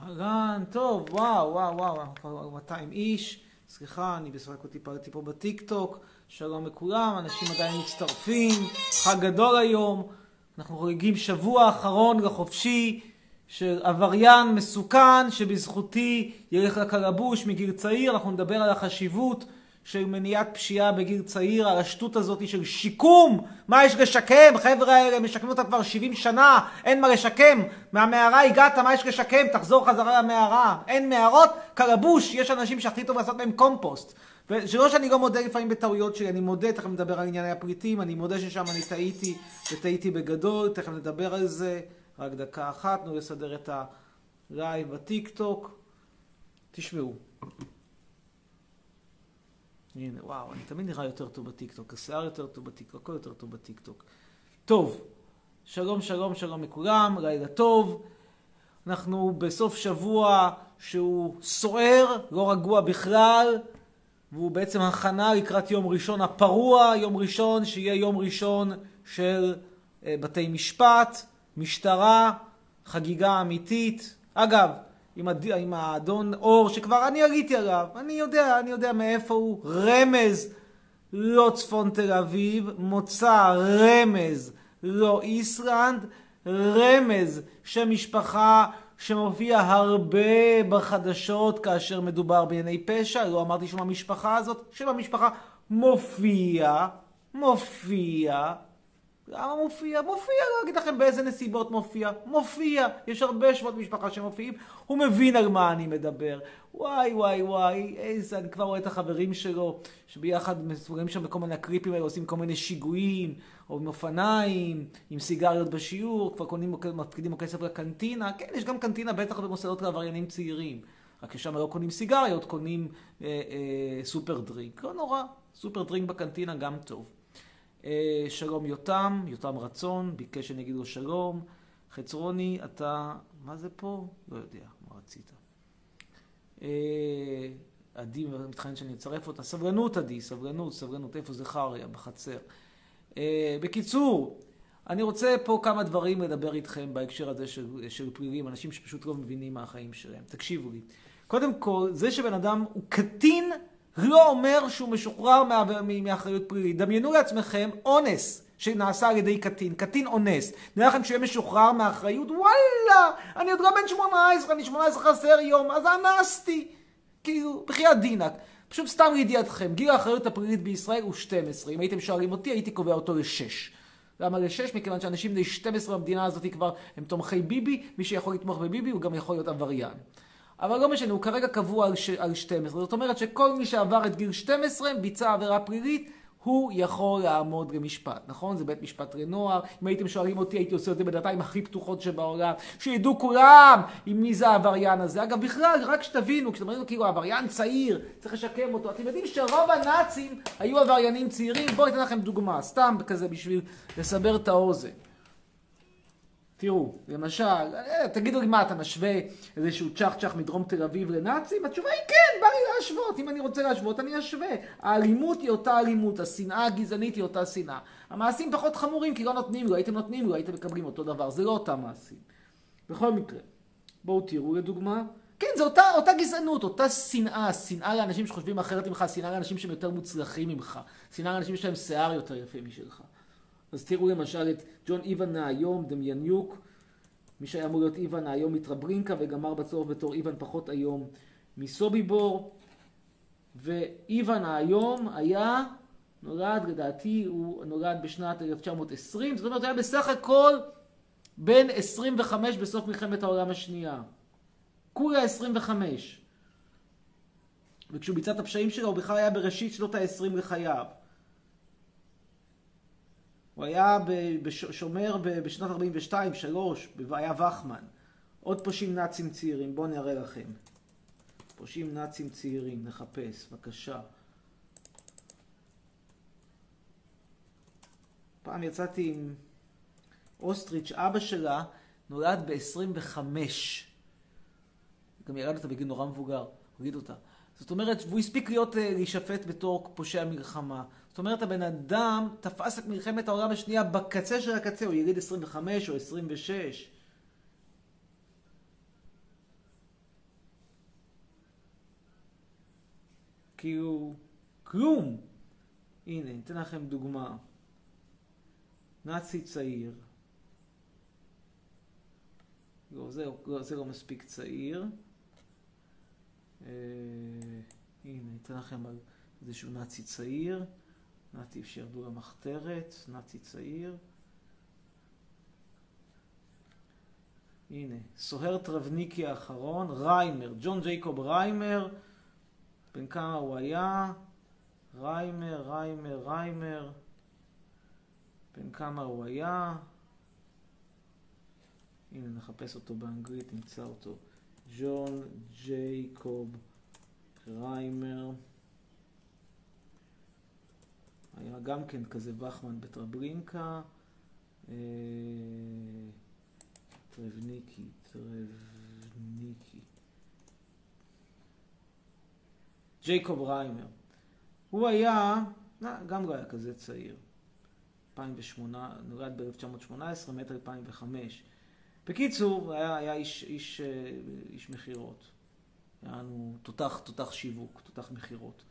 אהלן, טוב, וואו, וואו, וואו, כבר 200 איש. סליחה, אני בספק אותי פעלתי פה בטיק טוק. שלום לכולם, אנשים עדיין מצטרפים. חג גדול היום. אנחנו חוגגים שבוע האחרון לחופשי של עבריין מסוכן שבזכותי ילך לקלבוש מגיל צעיר. אנחנו נדבר על החשיבות של מניעת פשיעה בגיל צעיר, על השטות הזאת של שיקום. מה יש לשקם? חבר'ה האלה משקמים אותה כבר 70 שנה, אין מה לשקם. מהמערה הגעת, מה יש לשקם? תחזור חזרה למערה. אין מערות, קלבוש, יש אנשים שהכי טוב לעשות בהם קומפוסט. ושלא שאני לא מודה לפעמים בטעויות שלי, אני מודה, תכף נדבר על ענייני הפריטים, אני מודה ששם אני טעיתי, וטעיתי בגדול, תכף נדבר על זה. רק דקה אחת, נו לסדר את הלייב בטיק טוק. תשמעו. הנה, וואו, אני תמיד נראה יותר טוב בטיקטוק, השיער יותר טוב בטיקטוק, הכל יותר טוב בטיקטוק. טוב, שלום, שלום, שלום לכולם, לילה טוב. אנחנו בסוף שבוע שהוא סוער, לא רגוע בכלל, והוא בעצם הכנה לקראת יום ראשון הפרוע, יום ראשון שיהיה יום ראשון של בתי משפט, משטרה, חגיגה אמיתית. אגב, עם האדון אור שכבר אני עליתי עליו, אני יודע מאיפה הוא, רמז לא צפון תל אביב, מוצא רמז לא איסלנד, רמז שם משפחה שמופיע הרבה בחדשות כאשר מדובר בענייני פשע, לא אמרתי שם המשפחה הזאת, שם המשפחה מופיע, למה מופיע? מופיע, לא אגיד לכם באיזה נסיבות מופיע, יש הרבה שמות משפחה שמופיעים, הוא מבין על מה אני מדבר. וואי, איזה, אני כבר רואה את החברים שלו, שביחד מסוגלים שם בכל מיני הקריפים האלה, עושים כל מיני שיגועים, או עם אופניים, עם סיגריות בשיעור, כבר מפקידים כסף לקנטינה, כן, יש גם קנטינה בטח במוסדות לעבריינים צעירים, רק ששם לא קונים סיגריות, קונים סופר דרינק, לא נורא, סופר דרינק בקנטינה גם טוב. שלום יותם רצון, ביקש שאני אגיד לו שלום. חצרוני, אתה, מה זה פה? לא יודע, מה רצית? עדי מתחיין שאני אצרף אותה. סבלנות עדי, סבלנות, איפה זה חריה? בחצר. בקיצור, אני רוצה פה כמה דברים לדבר איתכם בהקשר הזה של פלילים, אנשים שפשוט לא מבינים מה החיים שלהם. תקשיבו לי. קודם כל, זה שבן אדם הוא קטין, לא אומר שהוא משוחרר מאחריות פלילית. דמיינו לעצמכם אונס שנעשה על ידי קטין אונס. נראה לכם שהוא יהיה משוחרר מאחריות? וואלה, אני עוד לא בן 18, אני 18 חסר יום, אז אנסתי. כאילו, בחייאת דינק. פשוט סתם לידיעתכם, גיל האחריות הפלילית בישראל הוא 12. אם הייתם שואלים אותי, הייתי קובע אותו ל6. למה ל6? מכיוון שאנשים בני 12 במדינה הזאת כבר הם תומכי ביבי, מי שיכול לתמוך בביבי הוא גם יכול להיות עבריין. אבל לא משנה, הוא כרגע קבוע על 12. זאת אומרת שכל מי שעבר את גיל 12 ביצע עבירה פלילית, הוא יכול לעמוד למשפט, נכון? זה בית משפט לנוער. אם הייתם שואלים אותי, הייתי עושה את זה בדלתיים הכי פתוחות שבעולם, שידעו כולם עם מי זה העבריין הזה. אגב, בכלל, רק שתבינו, כשאתם אומרים כאילו עבריין צעיר, צריך לשקם אותו. אתם יודעים שרוב הנאצים היו עבריינים צעירים? בואו ניתן לכם דוגמה, סתם כזה בשביל לסבר את האוזן. תראו, למשל, תגידו לי מה, אתה משווה איזשהו צ'ח מדרום תל אביב לנאצים? התשובה היא כן, בא לי להשוות. אם אני רוצה להשוות, אני אשווה. האלימות היא אותה אלימות, השנאה הגזענית היא אותה שנאה. המעשים פחות חמורים, כי לא נותנים לו, הייתם נותנים לו, הייתם מקבלים אותו דבר. זה לא אותם מעשים. בכל מקרה, בואו תראו לדוגמה. כן, זה אותה גזענות, אותה שנאה. שנאה לאנשים שחושבים אחרת ממך, שנאה לאנשים שהם יותר מוצלחים ממך. שנאה לאנשים שיש להם שיער יותר יפה משלך. אז תראו למשל את ג'ון איוון היום, דמייניוק, מי שהיה אמור להיות איוון היום מטרברינקה וגמר בצורך בתור איוון פחות היום מסוביבור. ואיוון היום היה, נולד, לדעתי הוא נולד בשנת 1920, זאת אומרת היה בסך הכל בין 25 בסוף מלחמת העולם השנייה. כולה 25. וכשהוא ביצע את הפשעים שלו הוא בכלל היה בראשית שנות ה-20 לחייו. הוא היה בשומר בשנת 42-3, בבעיה וחמן. עוד פושעים נאצים צעירים, בואו נראה לכם. פושעים נאצים צעירים, נחפש, בבקשה. פעם יצאתי עם אוסטריץ', אבא שלה נולד ב-25. גם ילד אותה בגיל נורא מבוגר, הוליד אותה. זאת אומרת, והוא הספיק להישפט בתור פושע מלחמה. זאת אומרת, הבן אדם תפס את מלחמת העולם השנייה בקצה של הקצה, הוא יליד 25 או 26. כאילו, כלום. הנה, ניתן לכם דוגמה. נאצי צעיר. לא, זה לא מספיק צעיר. הנה, ניתן לכם על איזשהו נאצי צעיר. נאצי שירדו למחתרת, נאצי צעיר. הנה, סוהר טרבניקי האחרון, ריימר, ג'ון ג'ייקוב ריימר. בן כמה הוא היה? ריימר. בן כמה הוא היה? הנה, נחפש אותו באנגלית, נמצא אותו. ג'ון ג'ייקוב ריימר. היה גם כן כזה וחמן בטרברינקה. טרבניקי. ג'ייקוב ריימר. הוא היה, גם לא היה כזה צעיר. 2008, נולד ב-1918, מת 2005. בקיצור, היה איש מחירות. היה לנו תותח שיווק, תותח מחירות.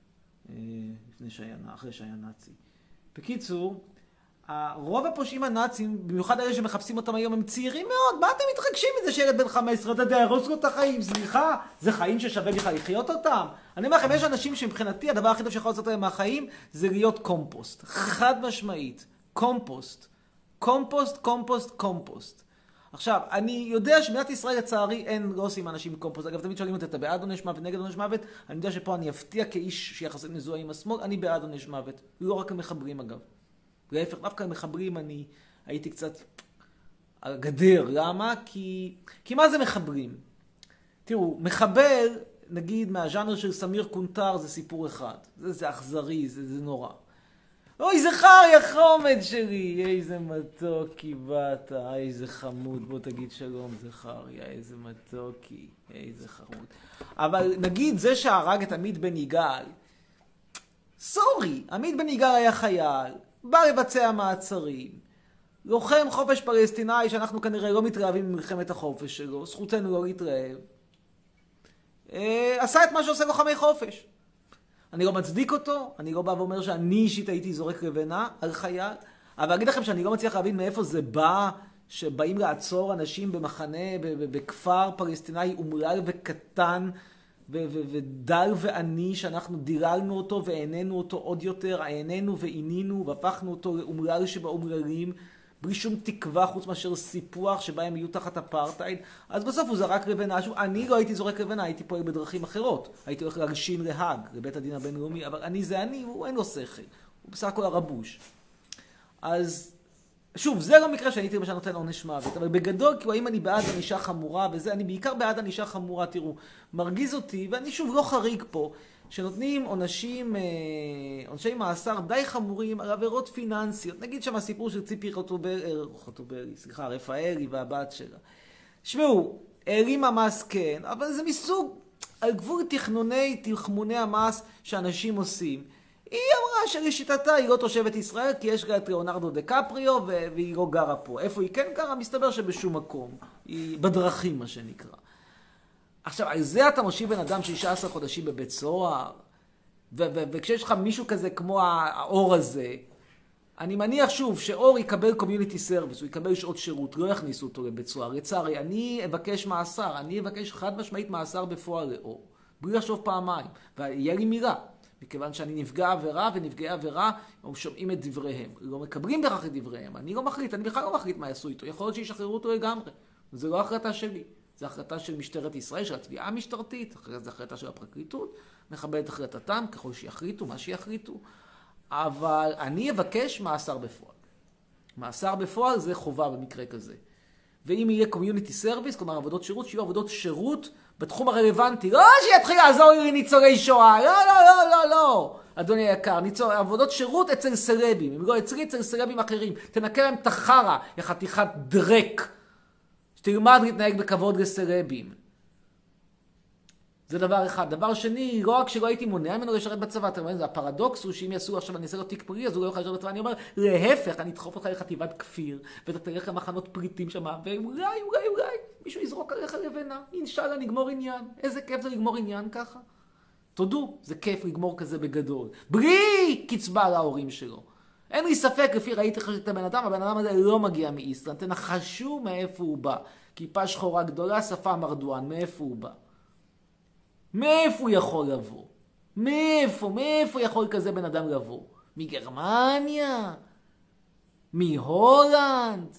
אחרי שהיה נאצי. בקיצור, רוב הפושעים הנאצים, במיוחד אלה שמחפשים אותם היום, הם צעירים מאוד. מה אתם מתרגשים מזה שילד בן 15? אתה יודע, ירוס לו את החיים, סליחה, זה חיים ששווה בכלל לחיות אותם? אני אומר לכם, יש אנשים שמבחינתי, הדבר הכי טוב שיכול לעשות להם מהחיים, זה להיות קומפוסט. חד משמעית. קומפוסט. עכשיו, אני יודע שמדינת ישראל לצערי לא עושים אנשים קומפוסט. אגב, תמיד שואלים אותי, אתה בעד עונש מוות, נגד עונש מוות? אני יודע שפה אני אפתיע כאיש שיחסית מזוהה עם השמאל, אני בעד עונש מוות. לא רק המחברים אגב. להפך, דווקא המחברים אני הייתי קצת על הגדר. למה? כי מה זה מחברים? תראו, מחבר, נגיד, מהז'אנר של סמיר קונטר, זה סיפור אחד. זה אכזרי, זה נורא. אוי, זכריה חומד שלי, איזה מתוקי באת, איזה חמוד, בוא תגיד שלום זכריה, איזה מתוקי, איזה חמוד. אבל נגיד זה שהרג את עמית בן יגאל, סורי, עמית בן יגאל היה חייל, בא לבצע מעצרים, לוחם חופש פלסטיני שאנחנו כנראה לא מתרעבים במלחמת החופש שלו, זכותנו לא להתרעב, עשה את מה שעושה לוחמי חופש. אני לא מצדיק אותו, אני לא בא ואומר שאני אישית הייתי זורק לבנה על חייל, אבל אגיד לכם שאני לא מצליח להבין מאיפה זה בא, שבאים לעצור אנשים במחנה, בכפר פלסטיני אומלל וקטן, ודל ועני, שאנחנו דיללנו אותו ועינינו אותו עוד יותר, עינינו ועינינו, והפכנו אותו לאומלל שבאומללים, בלי שום תקווה חוץ מאשר סיפוח שבהם יהיו תחת אפרטהייד. אז בסוף הוא זרק לבנה. אני לא הייתי זורק לבנה, הייתי פועל בדרכים אחרות. הייתי הולך להגשין להאג, לבית הדין הבינלאומי, אבל אני זה אני, הוא אין לו שכל. הוא בסך הכל הרבוש. אז שוב, זה לא מקרה שאני הייתי למשל נותן עונש מוות, אבל בגדול, כאילו, האם אני בעד ענישה חמורה, וזה, אני בעיקר בעד ענישה חמורה, תראו, מרגיז אותי, ואני שוב לא חריג פה, שנותנים עונשי מאסר די חמורים על עבירות פיננסיות. נגיד שם הסיפור של ציפי רפאלי והבת שלה. שמעו, העלימה מס כן, אבל זה מסוג, על גבול תחמוני המס שאנשים עושים. היא אמרה שלשיטתה היא לא תושבת ישראל, כי יש לה את ליאונרדו דקפריו, והיא לא גרה פה. איפה היא כן גרה? מסתבר שבשום מקום. היא בדרכים, מה שנקרא. עכשיו, על זה אתה מושיב בן אדם 16 חודשים בבית סוהר, וכשיש לך מישהו כזה כמו האור הזה, אני מניח שוב שאור יקבל קומיוניטי סרוויס, הוא יקבל שעות שירות, לא יכניסו אותו לבית סוהר. לצערי, אני אבקש מאסר, אני אבקש חד משמעית מאסר בפועל לאור, בלי לחשוב פעמיים, ויהיה לי מירה. מכיוון שאני נפגע עבירה, ונפגעי עבירה הם שומעים את דבריהם. לא מקבלים בכך את דבריהם. אני לא מחליט, אני בכלל לא מחליט מה יעשו איתו. יכול להיות שישחררו אותו לגמרי. זה לא החלטה שלי. זה החלטה של משטרת ישראל, של התביעה המשטרתית, זה החלטה של הפרקליטות. נכבד את החלטתם ככל שיחליטו, מה שיחליטו. אבל אני אבקש מאסר בפועל. מאסר בפועל זה חובה במקרה כזה. ואם יהיה קומיוניטי סרוויס, כלומר עבודות שירות, שיהיו עבודות שירות בתחום הרלוונטי. לא שיתחיל לעזור לי ניצולי שואה. לא. אדוני היקר, עבודות שירות אצל סלבים. אם לא אצלי, אצל סלבים אחרים. תנקה להם את החרה, לחתיכת דרק. שתלמד להתנהג בכבוד לסלבים. זה דבר אחד. דבר שני, לא רק שלא הייתי מונע ממנו לשרת בצבא, אתם רואים, זה הפרדוקס הוא שאם יעשו עכשיו, אני אעשה לו תיק פרי, אז הוא לא יוכל לשרת בצבא. אני אומר, להפך, אני אדחוף אותך לחטיבת כפיר, ואתה תלך למחנות פריטים שם, ואולי, מישהו יזרוק עליך לבנה. אינשאללה, נגמור עניין. איזה כיף זה לגמור עניין ככה. תודו, זה כיף לגמור כזה בגדול. בלי קצבה להורים שלו. אין לי ספק, לפי ראיתי את הבן אדם הזה לא מגיע מאיסלנד. תנחשו מאיפה הוא בא. כיפה שחורה גדולה, שפם ארדואן, מאיפה הוא בא? מאיפה הוא יכול לבוא? מאיפה יכול כזה בן אדם לבוא? מגרמניה? מהולנד?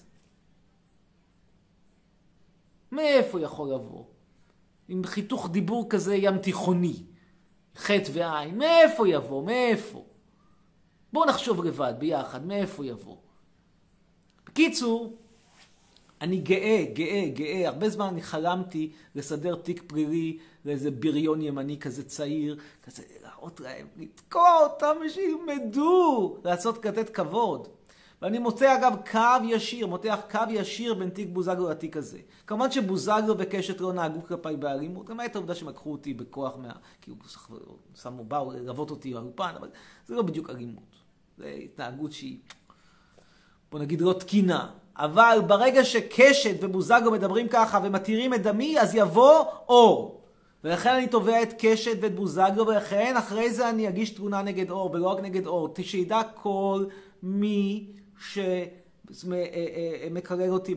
מאיפה יכול לבוא? עם חיתוך דיבור כזה ים תיכוני, חטא ועין, מאיפה יבוא? מאיפה? בואו נחשוב לבד, ביחד, מאיפה יבוא? בקיצור, אני גאה, הרבה זמן אני חלמתי לסדר תיק פלילי לאיזה בריון ימני כזה צעיר, כזה להראות להם, לתקוע אותם שילמדו, לתת כבוד. ואני מוצא אגב מותח קו ישיר בין תיק בוזגלו לתיק הזה. כמובן שבוזגלו וקשת לא נהגו כלפיי באלימות, למעט העובדה שהם לקחו אותי בכוח כאילו באו ללוות אותי באולפן, אבל זה לא בדיוק אלימות. זה התנהגות שהיא, בוא נגיד, לא תקינה. אבל ברגע שקשת ובוזגלו מדברים ככה ומתירים את דמי, אז יבוא אור. ולכן אני תובע את קשת ואת בוזגלו, ולכן אחרי זה אני אגיש תלונה נגד אור, ולא רק נגד אור. שידע כל מי שמקלל אותי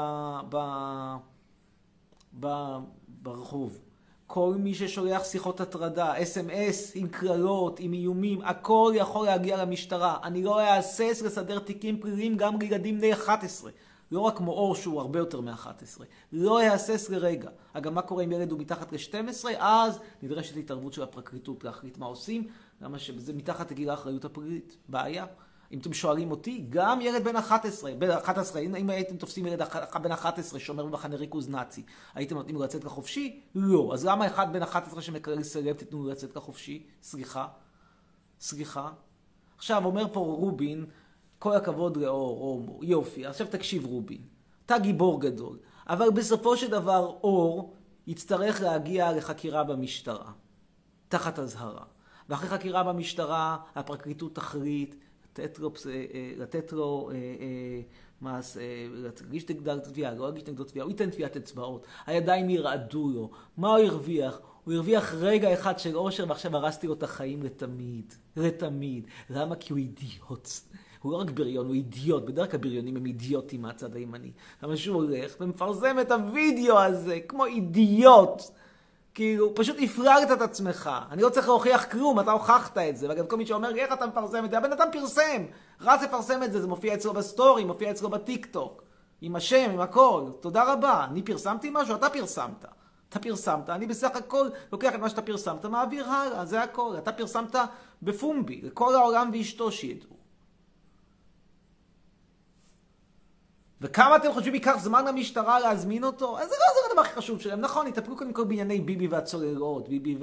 ברחוב. כל מי ששולח שיחות הטרדה, SMS עם קללות, עם איומים, הכל יכול להגיע למשטרה. אני לא אהסס לסדר תיקים פליליים גם לילדים בני 11. לא רק כמו אור שהוא הרבה יותר מ-11. לא אהסס לרגע. אגב, מה קורה אם ילד הוא מתחת ל-12? אז נדרשת התערבות של הפרקליטות להחליט מה עושים. למה שזה מתחת לגיל האחריות הפלילית. בעיה. אם אתם שואלים אותי, גם ילד בן 11, אם הייתם תופסים ילד בן 11 שאומר במחנה ריכוז נאצי, הייתם נותנים לו לצאת לחופשי? לא. אז למה אחד בן 11 שמקלל סלב תתנו לו לצאת לחופשי? סליחה. עכשיו אומר פה רובין, כל הכבוד לאור, יופי. עכשיו תקשיב רובין, אתה גיבור גדול, אבל בסופו של דבר אור יצטרך להגיע לחקירה במשטרה, תחת הזהרה. ואחרי חקירה במשטרה, הפרקליטות תחליט, לתת לו להגיש נגדו תביעה, לא להגיש נגדו תביעה, הוא ייתן תביעת אצבעות, הידיים ירעדו לו, מה הוא הרוויח? הוא הרוויח רגע אחד של אושר, ועכשיו הרסתי לו את החיים לתמיד. למה? כי הוא אידיוט. הוא לא רק בריון, הוא אידיוט. בדרך כלל בריונים הם אידיוטים מהצד הימני. למה שהוא הולך ומפרסם את הוידאו הזה, כמו אידיוט. כאילו, פשוט הפררת את עצמך. אני לא צריך להוכיח כלום, אתה הוכחת את זה. ואגב, כל מי שאומר, איך אתה מפרסם את זה? הבן אדם פרסם. רץ לפרסם את זה, זה מופיע אצלו בסטורי, מופיע אצלו בטיק-טוק. עם השם, עם הכל. תודה רבה. אני פרסמתי משהו, אתה פרסמת. אני בסך הכל לוקח את מה שאתה פרסמת, מעביר הלאה, זה הכל. אתה פרסמת בפומבי, לכל העולם ואשתו שידעו. וכמה אתם חושבים ייקח זמן למשטרה להזמין אותו? אז זה לא הדבר הכי חשוב שלהם. נכון, יטפלו קודם כל בענייני ביבי והצוללות, ביבי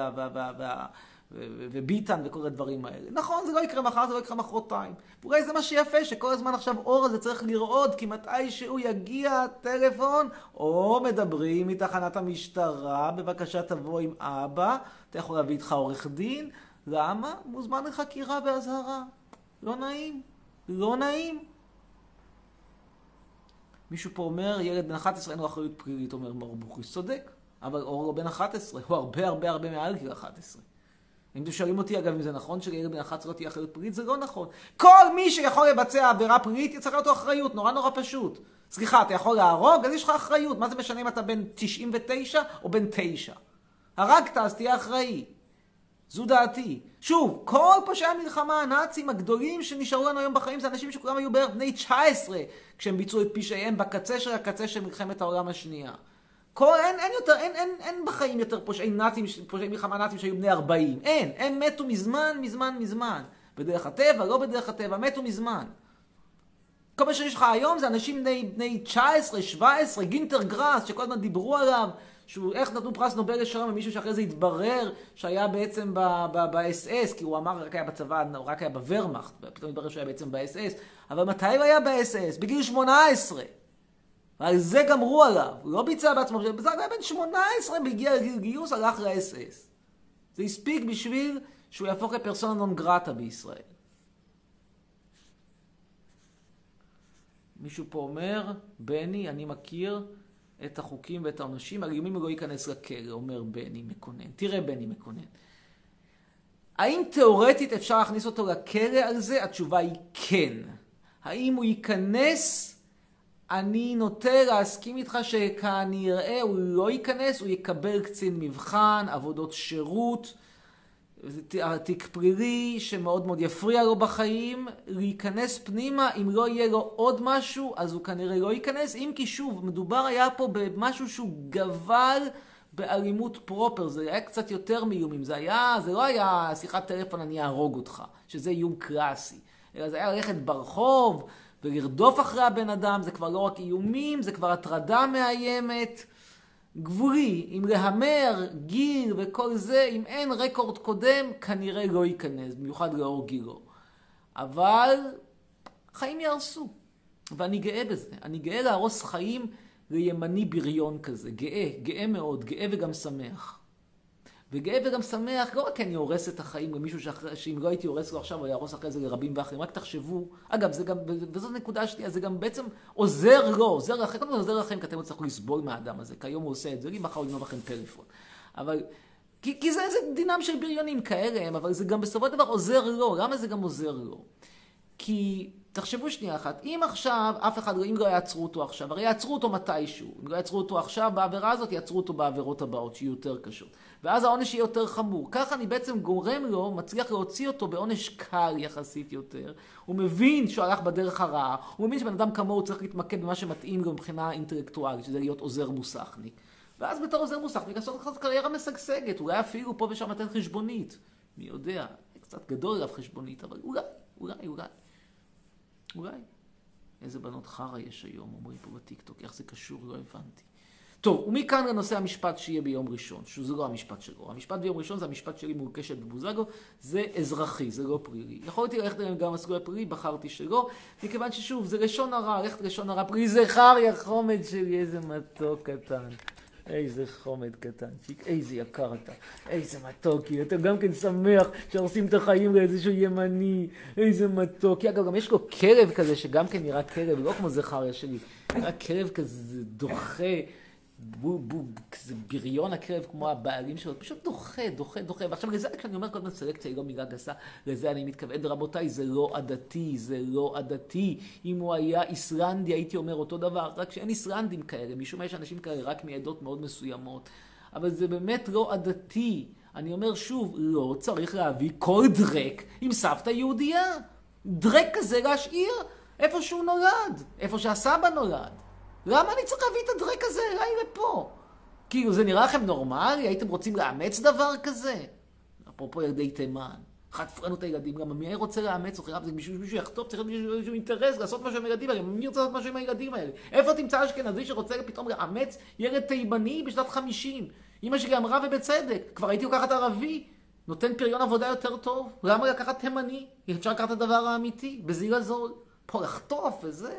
וביטן וכל הדברים האלה. נכון, זה לא יקרה מחר, זה לא יקרה מחרתיים. ואולי זה מה שיפה, שכל הזמן עכשיו אור הזה צריך לראות, כי מתי שהוא יגיע טלפון, או מדברים מתחנת המשטרה, בבקשה תבוא עם אבא, אתה יכול להביא איתך עורך דין. למה? מוזמן לחקירה בהזהרה. לא נעים. מישהו פה אומר, ילד בן 11 אין לו אחריות פלילית, אומר מר בוכריס, צודק, אבל אור לא בן 11, הוא הרבה מעל גיל 11. אם אתם שואלים אותי, אגב, אם זה נכון שלילד בן 11 לא תהיה אחריות פלילית, זה לא נכון. כל מי שיכול לבצע עבירה פלילית, יצטרך להיות לו אחריות, נורא פשוט. סליחה, אתה יכול להרוג, אז יש לך אחריות. מה זה משנה אם אתה בן 99 או בן 9? הרגת, אז תהיה אחראי. זו דעתי. שוב, כל פושעי המלחמה הנאצים הגדולים שנשארו לנו היום בחיים, זה אנשים שכולם היו בערך בני 19, כשהם ביצעו את פשעיהם בקצה של מלחמת העולם השנייה. אין בחיים יותר פושעי מלחמה נאצים שהיו בני 40. הם מתו מזמן. בדרך הטבע, לא בדרך הטבע, מתו מזמן. כל מה שיש לך היום זה אנשים בני 19, 17, גינטר גראס, שכל הזמן דיברו עליו, איך נתנו פרס נובל לשלום למישהו שאחרי זה התברר שהיה בעצם ב-SS, כי הוא אמר רק היה בצבא, רק היה בוורמאכט, פתאום התברר שהיה בעצם ב-SS, אבל מתי הוא היה ב-SS? בגיל 18. ועל זה גמרו עליו, הוא לא ביצע בעצמו, הוא היה בן 18, בגיע לגיל גיוס, הלך ל-SS. זה הספיק בשביל שהוא יהפוך לפרסונה נון גרטה בישראל. מישהו פה אומר, בני, אני מכיר את החוקים ואת העונשים, האיומים לא ייכנס לכלא, אומר בני מקונן. תראה בני מקונן. האם תיאורטית אפשר להכניס אותו לכלא על זה? התשובה היא כן. האם הוא ייכנס? אני נוטה להסכים איתך שכנראה הוא לא ייכנס, הוא יקבל קצין מבחן, עבודות שירות, תיק פלילי שמאוד מאוד יפריע לו בחיים, להיכנס פנימה. אם לא יהיה לו עוד משהו, אז הוא כנראה לא ייכנס, אם כי שוב, מדובר היה פה במשהו שהוא גבל באלימות פרופר, זה היה קצת יותר מאיומים, זה לא היה שיחת טלפון אני אהרוג אותך, שזה איום קלאסי, אלא זה היה ללכת ברחוב ולרדוף אחרי הבן אדם, זה כבר לא רק איומים, זה כבר הטרדה מאיימת, גבולי, אם להמר, גיל וכל זה, אם אין רקורד קודם, כנראה לא ייכנס, במיוחד לאור גילו. אבל חיים יהרסו, ואני גאה בזה. אני גאה להרוס חיים לימני בריון כזה, גאה מאוד, גאה וגם שמח. וגאה וגם שמח, לא רק כי אני הורס את החיים למישהו שאם לא הייתי הורס לו עכשיו, הוא יהרוס אחרי זה לרבים ואחרים. רק תחשבו, אגב, זה גם, וזאת נקודה שנייה, זה גם בעצם עוזר לו, עוזר לכם, קודם כל עוזר לכם, כי אתם לא צריכו לסבול מהאדם הזה, כי היום הוא עושה את זה, לי מחר הוא יגנוב לכם טלפון. אבל, כי זה דינם של בריונים כאלה הם, אבל זה גם בסופו של דבר עוזר לו. למה זה גם עוזר לו? כי תחשבו שנייה אחת, אם עכשיו אף אחד, אם לא יעצרו אותו עכשיו, הרי יעצרו אותו מתישהו, אם לא יעצרו אותו עכשיו בעבירה הזאת, יעצרו אותו בעבירות הבאות שיהיו יותר קשות. ואז העונש יהיה יותר חמור. ככה אני בעצם גורם לו, מצליח להוציא אותו בעונש קל יחסית יותר. הוא מבין שהוא הלך בדרך הרעה, הוא מבין שבן אדם כמוהו צריך להתמקד במה שמתאים לו מבחינה אינטלקטואלית, שזה להיות עוזר מוסכניק. ואז בתור עוזר מוסכניק, לעשות לך קריירה משגשגת, אולי אפילו פה ושם לתת חשבונית. מי יודע, קצת גדול אליו חשבונית, אבל אולי. איזה בנות חרה יש היום, אומרים פה בטיקטוק, איך זה קשור, לא הבנתי. טוב, ומכאן לנושא המשפט שיהיה ביום ראשון, שזה לא המשפט שלו. המשפט ביום ראשון זה המשפט שלי מול קשת בבוזגלו, זה אזרחי, זה לא פלילי. יכולתי ללכת גם מסלול הפלילי, בחרתי שלא, מכיוון ששוב, זה לשון הרע, ללכת לשון הרע, פלילי זה חריה, חומד שלי, איזה מתוק קטן. איזה חומד קטנצ'יק, איזה יקר אתה, איזה מתוקי, אתה גם כן שמח שעושים את החיים לאיזשהו ימני, איזה מתוקי. אגב, גם יש לו כלב כזה שגם כן נראה כלב, לא כמו זכריה שלי, נראה כלב כזה דוחה, כזה בריון הכלב כמו הבעלים שלו, פשוט דוחה. ועכשיו לזה כשאני אומר כל הזמן סלקציה היא לא מילה גסה, לזה אני מתכוון, רבותיי, זה לא עדתי, אם הוא היה איסלנדי הייתי אומר אותו דבר, רק שאין איסלנדים כאלה, משום מה יש אנשים כאלה רק מעדות מאוד מסוימות, אבל זה באמת לא עדתי. אני אומר שוב, לא צריך להביא כל דרק עם סבתא יהודייה, דרק כזה להשאיר איפה שהוא נולד, איפה שהסבא נולד. למה אני צריך להביא את הדרק הזה אליי לפה? כאילו, זה נראה לכם נורמלי? הייתם רוצים לאמץ דבר כזה? אפרופו ילדי תימן. חטפו לנו את הילדים, גם מי רוצה לאמץ או חירב? זה מישהו יחטוף, צריך מישהו אינטרס לעשות משהו עם הילדים האלה. מי רוצה לעשות משהו עם הילדים האלה? איפה תמצא אשכנזי שרוצה פתאום לאמץ ילד תימני בשנת 50? אמא שלי אמרה ובצדק, כבר הייתי לקחת ערבי, נותן פריון עבודה יותר טוב. למה לקחת תימני? אפשר לקחת את הדבר האמיתי, בזיל הזול. פה לחטוף וזה.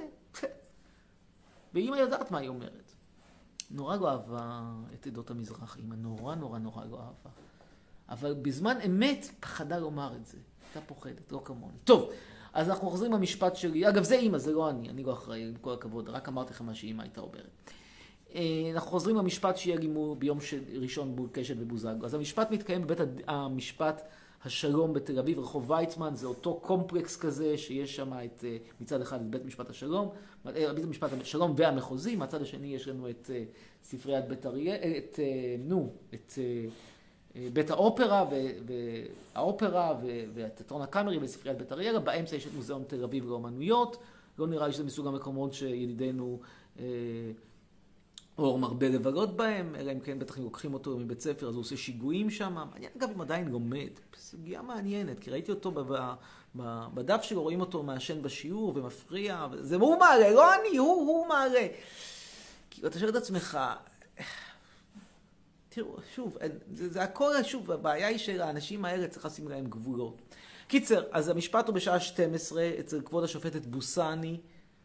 ואמא יודעת מה היא אומרת. נורא לא אהבה את עדות המזרח, אמא נורא לא אהבה. אבל בזמן אמת פחדה לומר את זה. הייתה פוחדת, לא כמוני. טוב, אז אנחנו חוזרים למשפט שלי. אגב, זה אמא, זה לא אני לא אחראי, עם כל הכבוד. רק אמרתי לכם מה שאמא הייתה אומרת. אנחנו חוזרים למשפט שיהיה לי ביום ראשון מול קשת ובוזגלו. אז המשפט מתקיים בבית המשפט השלום בתל אביב, רחוב ויצמן, זה אותו קומפלקס כזה שיש שם מצד אחד את בית משפט השלום, בית משפט השלום והמחוזי, מהצד השני יש לנו את ספריית בית אריה, את בית האופרה והתיאטרון הקאמרי וספריית בית אריה, באמצע יש את מוזיאון תל אביב לאומנויות, לא נראה לי שזה מסוג המקומות שידידנו אור מרבה לבלות בהם, אלא אם כן בטח לוקחים אותו מבית ספר, אז הוא עושה שיגועים שם. מעניין אגב אם עדיין לומד, סוגיה מעניינת, כי ראיתי אותו בדף שלו, רואים אותו מעשן בשיעור ומפריע, זה הוא מעלה, לא אני, הוא מעלה. כי אתה שואל את עצמך, תראו, שוב, זה הכל, שוב, הבעיה היא של האנשים האלה צריך לשים להם גבולות. קיצר, אז המשפט הוא בשעה 12 אצל כבוד השופטת בוסני,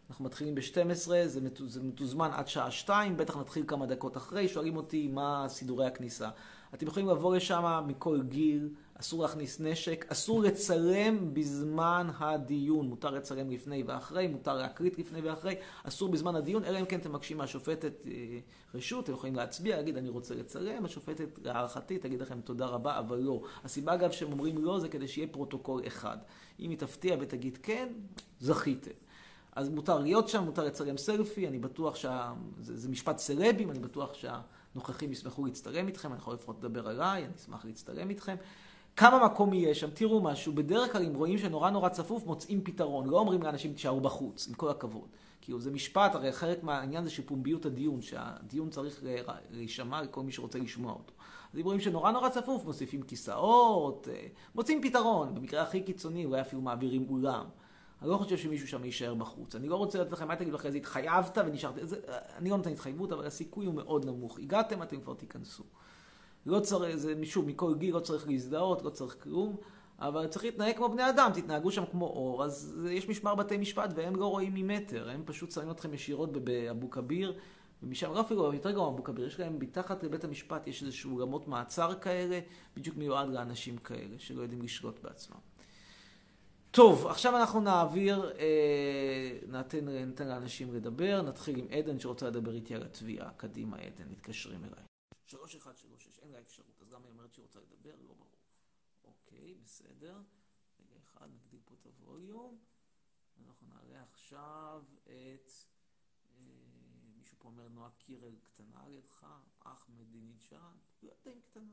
אנחנו מתחילים ב-12, זה מתוזמן עד שעה 2, בטח נתחיל כמה דקות אחרי, שואלים אותי מה סידורי הכניסה. אתם יכולים לבוא לשם מכל גיל, אסור להכניס נשק, אסור לצלם בזמן הדיון, מותר לצלם לפני ואחרי, מותר להקליט לפני ואחרי, אסור בזמן הדיון, אלא אם כן אתם מבקשים מהשופטת רשות, אתם יכולים להצביע, להגיד אני רוצה לצלם, השופטת להערכתי תגיד לכם תודה רבה, אבל לא. הסיבה אגב שהם אומרים לא זה כדי שיהיה פרוטוקול אחד. אם היא תפתיע ותגיד כן, זכיתם. אז מותר להיות שם, מותר לצלם סלפי, אני בטוח זה משפט סלבים, אני בטוח שהנוכחים ישמחו להצטלם איתכם, אני יכול לפחות לדבר עליי, אני אשמח להצטלם איתכם. כמה מקום יהיה שם, תראו משהו, בדרך כלל אם רואים שנורא נורא צפוף, מוצאים פתרון, לא אומרים לאנשים תשארו בחוץ, עם כל הכבוד. כאילו זה משפט, הרי חלק מהעניין זה שפומביות הדיון, שהדיון צריך להישמע לכל מי שרוצה לשמוע אותו. אז אם רואים שנורא נורא צפוף, מוסיפים כיסאות, מוצאים פתרון, במקרה הכי קיצוני, אולי אפילו מעבירים אולם. אני לא חושב שמישהו שם יישאר בחוץ. אני לא רוצה לתת לכם, מה תגידו לכם, זה התחייבת ונשארת. אני לא נותן התחייבות, אבל הסיכוי הוא מאוד נמוך. הגעתם, אתם כבר תיכנסו. לא צריך, זה מישהו מכל גיל, לא צריך להזדהות, לא צריך כלום, אבל צריך להתנהג כמו בני אדם, תתנהגו שם כמו אור. אז יש משמר בתי משפט והם לא רואים ממטר, הם פשוט שמים אתכם ישירות באבו כביר, ומשם לא אפילו יותר גם אבו כביר, יש להם מתחת לבית המשפט, יש איזשהו רמות מעצר כאלה, בדיוק מיועד לאנשים כאלה, שלא יודעים לשלוט בעצמם. טוב, עכשיו אנחנו נעביר, ניתן לאנשים לדבר, נתחיל עם עדן שרוצה לדבר איתי על התביעה. קדימה עדן, מתקשרים אליי. 3136, אין לה אפשרות, אז גם היא אומרת שהיא רוצה לדבר, לא ברור. אוקיי, בסדר. רגע אחד, נגדיל פה את הווליום. אנחנו נעלה עכשיו את, מישהו פה אומר נועה קירל קטנה על ידך, אחמדינג'אד, לא יודע אם קטנה.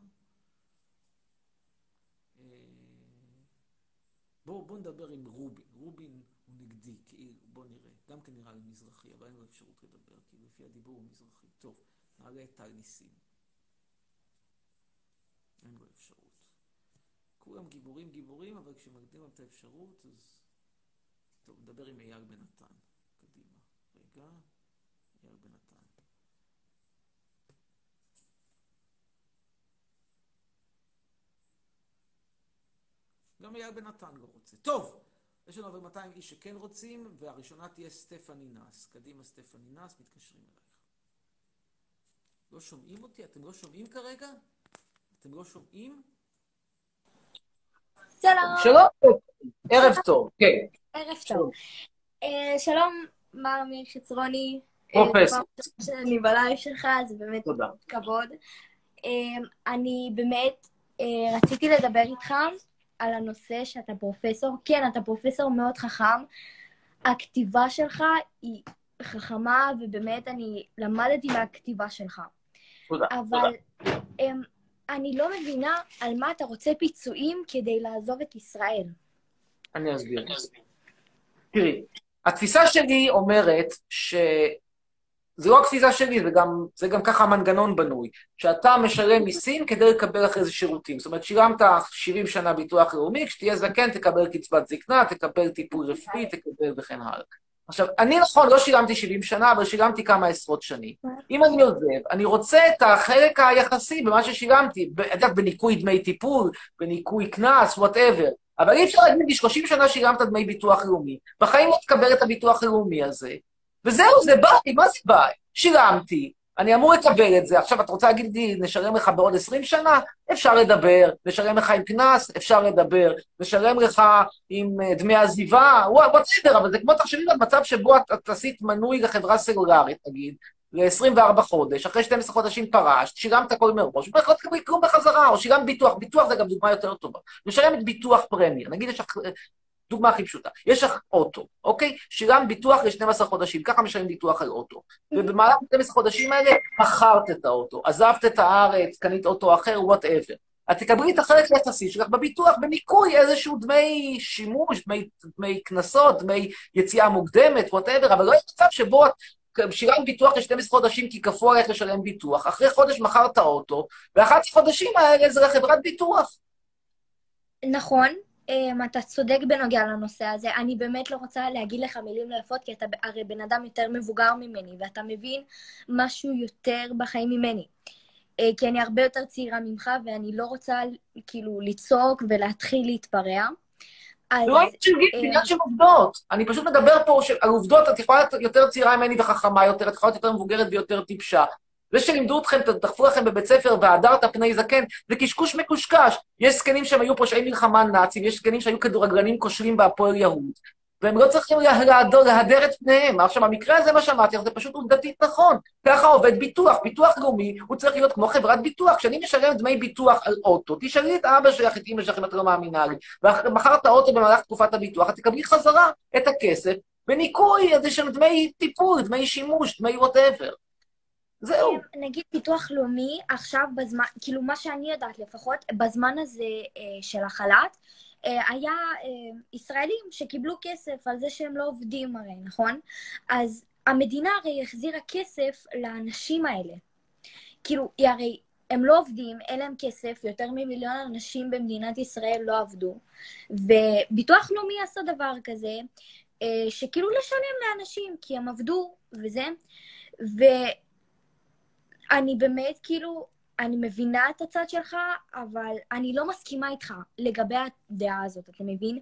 בואו נדבר עם רובין. רובין הוא נגדי, כאילו, בואו נראה. גם כן נראה לי מזרחי, אבל אין לו אפשרות לדבר, כי לפי הדיבור הוא מזרחי. טוב, נעלה את טל ניסים. אין לו אפשרות. כולם גיבורים, אבל כשמגדילים את האפשרות, אז... טוב, נדבר עם אייל בן נתן. קדימה. רגע, אייל בן נתן. גם אייל בן נתן לא רוצה. טוב, יש לנו over 200 איש שכן רוצים, והראשונה תהיה סטפני נאס. קדימה סטפני נאס, מתקשרים אלייך. לא שומעים אותי? אתם לא שומעים כרגע? אתם לא שומעים? שלום. שלום. ערב טוב. כן. ערב טוב. שלום, מר אמיר חצרוני. פרופסור. אני בלייב שלך, זה באמת תודה. כבוד. אני באמת רציתי לדבר איתך על הנושא שאתה פרופסור. כן, אתה פרופסור מאוד חכם. הכתיבה שלך היא חכמה, ובאמת אני למדתי מהכתיבה שלך. תודה. אבל אני לא מבינה על מה אתה רוצה פיצויים כדי לעזוב את ישראל. אני אסביר. תראי, התפיסה שלי אומרת זה לא התפיסה שלי, זה גם ככה המנגנון בנוי, שאתה משלם מיסים כדי לקבל אחרי זה שירותים. זאת אומרת, שילמת 70 שנה ביטוח לאומי, כשתהיה זקן תקבל קצבת זקנה, תקבל טיפול רפואי, תקבל וכן הלאה. עכשיו, אני נכון, לא שילמתי 70 שנה, אבל שילמתי כמה עשרות שנים. אם אני עוזב, אני רוצה את החלק היחסי במה ששילמתי, בניקוי דמי טיפול, בניקוי כנס, whatever. אבל אי אפשר להגיד לי 30 שנה שילמת דמי ביטוח לאומי, בחיים לא תקבל את הביטוח הלאומי הזה, וזהו, זה ביי, מה זה ביי? שילמתי, אני אמור לקבל את זה, עכשיו את רוצה להגיד לי, נשלם לך בעוד 20 שנה? אפשר לדבר, נשלם לך עם כנס, אפשר לדבר, נשלם לך עם דמי עזיבה, בסדר, אבל זה כמו תחשבי על מצב שבו את עשית מנוי לחברה סלולרית, נגיד, ל-24 חודש, אחרי 12 חודשים פרשת, שילמת הכל מראש, ובכלל לא תקבלי כלום בחזרה, או שילמת ביטוח, ביטוח זה גם דוגמה יותר טובה, משלמת ביטוח פרמיה, נגיד יש לך... דוגמה הכי פשוטה, יש לך אוטו, אוקיי? שילמת ביטוח ל-12 חודשים, ככה משלמים ביטוח על אוטו. ובמהלך 12 חודשים האלה, מכרת את האוטו, עזבת את הארץ, קנית אוטו אחר, whatever. את תקבלי את החלק היחסי שלך בביטוח, בניקוי איזשהו דמי שימוש, דמי כנסות, דמי יציאה מוקדמת, whatever, אבל לא יש מצב שבו את שילמת ביטוח ל-12 חודשים כי כפו עליך לשלם ביטוח, אחרי חודש מכרת האוטו, ו11 חודשים האלה זה לחברת ביטוח. נכון. אתה צודק בנוגע לנושא הזה. אני באמת לא רוצה להגיד לך מילים לא יפות, כי אתה הרי בן אדם יותר מבוגר ממני, ואתה מבין משהו יותר בחיים ממני. כי אני הרבה יותר צעירה ממך, ואני לא רוצה כאילו לצעוק ולהתחיל להתפרע. אז... זה לא עניין של גיל, זה עניין של עובדות. אני פשוט מדבר פה על עובדות, את יכולה להיות יותר צעירה ממני וחכמה יותר, את יכולה להיות יותר מבוגרת ויותר טיפשה. זה שלימדו אתכם, דחפו לכם בבית ספר והדרת פני זקן, זה קשקוש מקושקש. יש זקנים שהם היו פושעי מלחמה נאצים, יש זקנים שהיו כדורגלנים כושלים בהפועל יהוד, והם לא צריכים להדר את פניהם. עכשיו, במקרה הזה מה שאמרתי, זה פשוט עובדתית נכון. ככה עובד ביטוח. ביטוח לאומי, הוא צריך להיות כמו חברת ביטוח. כשאני משלם דמי ביטוח על אוטו, תשאלי את אבא שלך, את אמא שלך, אם את לא מאמינה לי, ומכרת האוטו במהלך תקופת הביטוח, את תקבלי חזרה את הכסף, בניקוי איזה של דמי טיפול, דמי שימוש, דמי whatever. זהו. נגיד ביטוח לאומי, עכשיו בזמן, כאילו מה שאני יודעת לפחות, בזמן הזה של החל"ת, היה ישראלים שקיבלו כסף על זה שהם לא עובדים הרי, נכון? אז המדינה הרי החזירה כסף לאנשים האלה. כאילו, הרי הם לא עובדים, אין להם כסף, יותר ממיליון אנשים במדינת ישראל לא עבדו, וביטוח לאומי עשה דבר כזה, שכאילו לשלם לאנשים, כי הם עבדו וזה, ואני באמת כאילו, אני מבינה את הצד שלך, אבל אני לא מסכימה איתך לגבי הדעה הזאת, אתה מבין?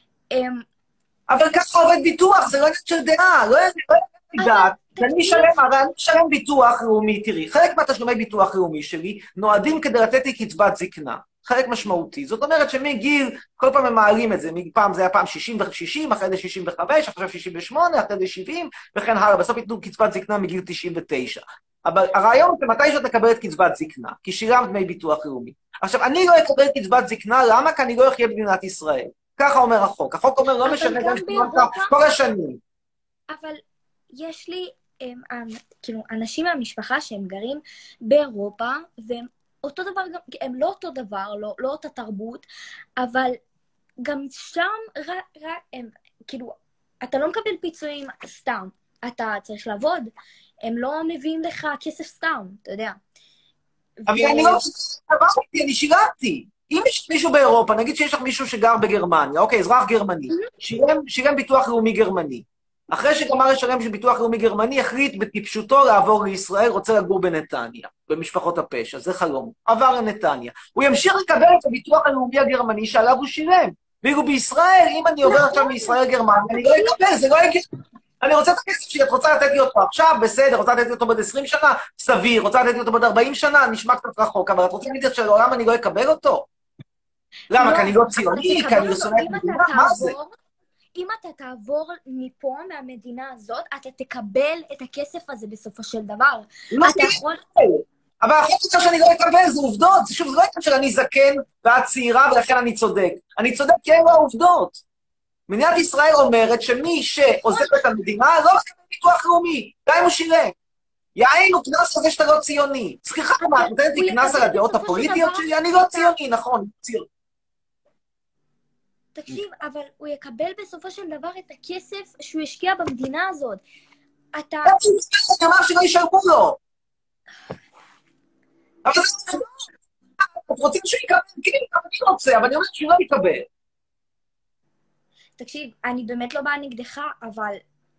אבל ככה עובד ביטוח, זה לא עניין של דעה, לא עניין של דעה. אני משלם ביטוח לאומי, תראי, חלק מהתשלומי ביטוח לאומי שלי נועדים כדי לתת לי קצבת זקנה. חלק משמעותי. זאת אומרת שמגיל, כל פעם הם מעלים את זה, פעם זה היה פעם 60, אחרי זה 65, עכשיו 68, אחרי זה 70, וכן הלאה. בסוף ייתנו קצבת זקנה מגיל 99. אבל הרעיון זה מתי שאת מקבלת קצבת זקנה, כי שילמת דמי ביטוח לאומי. עכשיו, אני לא אקבל קצבת זקנה, למה? כי אני לא אחיה במדינת ישראל. ככה אומר החוק. החוק אומר, לא משנה גם כל השנים. אבל יש לי, כאילו, אנשים מהמשפחה שהם גרים באירופה, והם אותו דבר, הם לא אותו דבר, לא אותה תרבות, אבל גם שם, כאילו, אתה לא מקבל פיצויים סתם, אתה צריך לעבוד, הם לא מביאים לך כסף סתם, אתה יודע. אבל אני לא אמרתי, אני שילמתי. אם יש מישהו באירופה, נגיד שיש לך מישהו שגר בגרמניה, אוקיי, אזרח גרמני, שילם ביטוח לאומי גרמני. אחרי שגמר לשלם של ביטוח לאומי גרמני, החליט בטיפשותו לעבור לישראל, רוצה לגור בנתניה, במשפחות הפשע, זה חלום. עבר לנתניה. הוא ימשיך לקבל את הביטוח הלאומי הגרמני שעליו הוא שילם. ואילו בישראל, אם אני עובר עכשיו מישראל לגרמניה, אני לא אקבל, זה לא יגיע. אני רוצה את הכסף שלי, את רוצה לתת לי אותו עכשיו, בסדר, רוצה לתת לי אותו בעוד 20 שנה, סביר, רוצה לתת לי אותו בעוד 40 שנה, נשמע קצת רחוק, אבל את רוצה להגיד שלעולם אני לא אקבל אותו? למה? כי אני לא ציוני, כי אני לא שונא את המדינה, מה זה? אם אתה תעבור מפה, מהמדינה הזאת, אתה תקבל את הכסף הזה בסופו של דבר. לא תקבל. אבל החוק הזה שאני לא אקבל, זה עובדות. שוב, זה לא עניין של אני זקן ואת צעירה, ולכן אני צודק. אני צודק כי אין לו עובדות. מדינת ישראל אומרת שמי שעוזב את המדינה, לא מקבל ביטוח לאומי, גם אם הוא שילם. יעין הוא קנס כזה שאתה לא ציוני. סליחה, מה, את נותנת לי קנס על הדעות הפוליטיות שלי? אני לא ציוני, נכון, ציוני. תקשיב, אבל הוא יקבל בסופו של דבר את הכסף שהוא השקיע במדינה הזאת. אתה... אני אומר שלא ישלמו לו. אבל זה... אתם רוצים שהוא יקבל? כן, אני רוצה, אבל אני אומר שהוא לא יקבל. תקשיב, אני באמת לא באה נגדך, אבל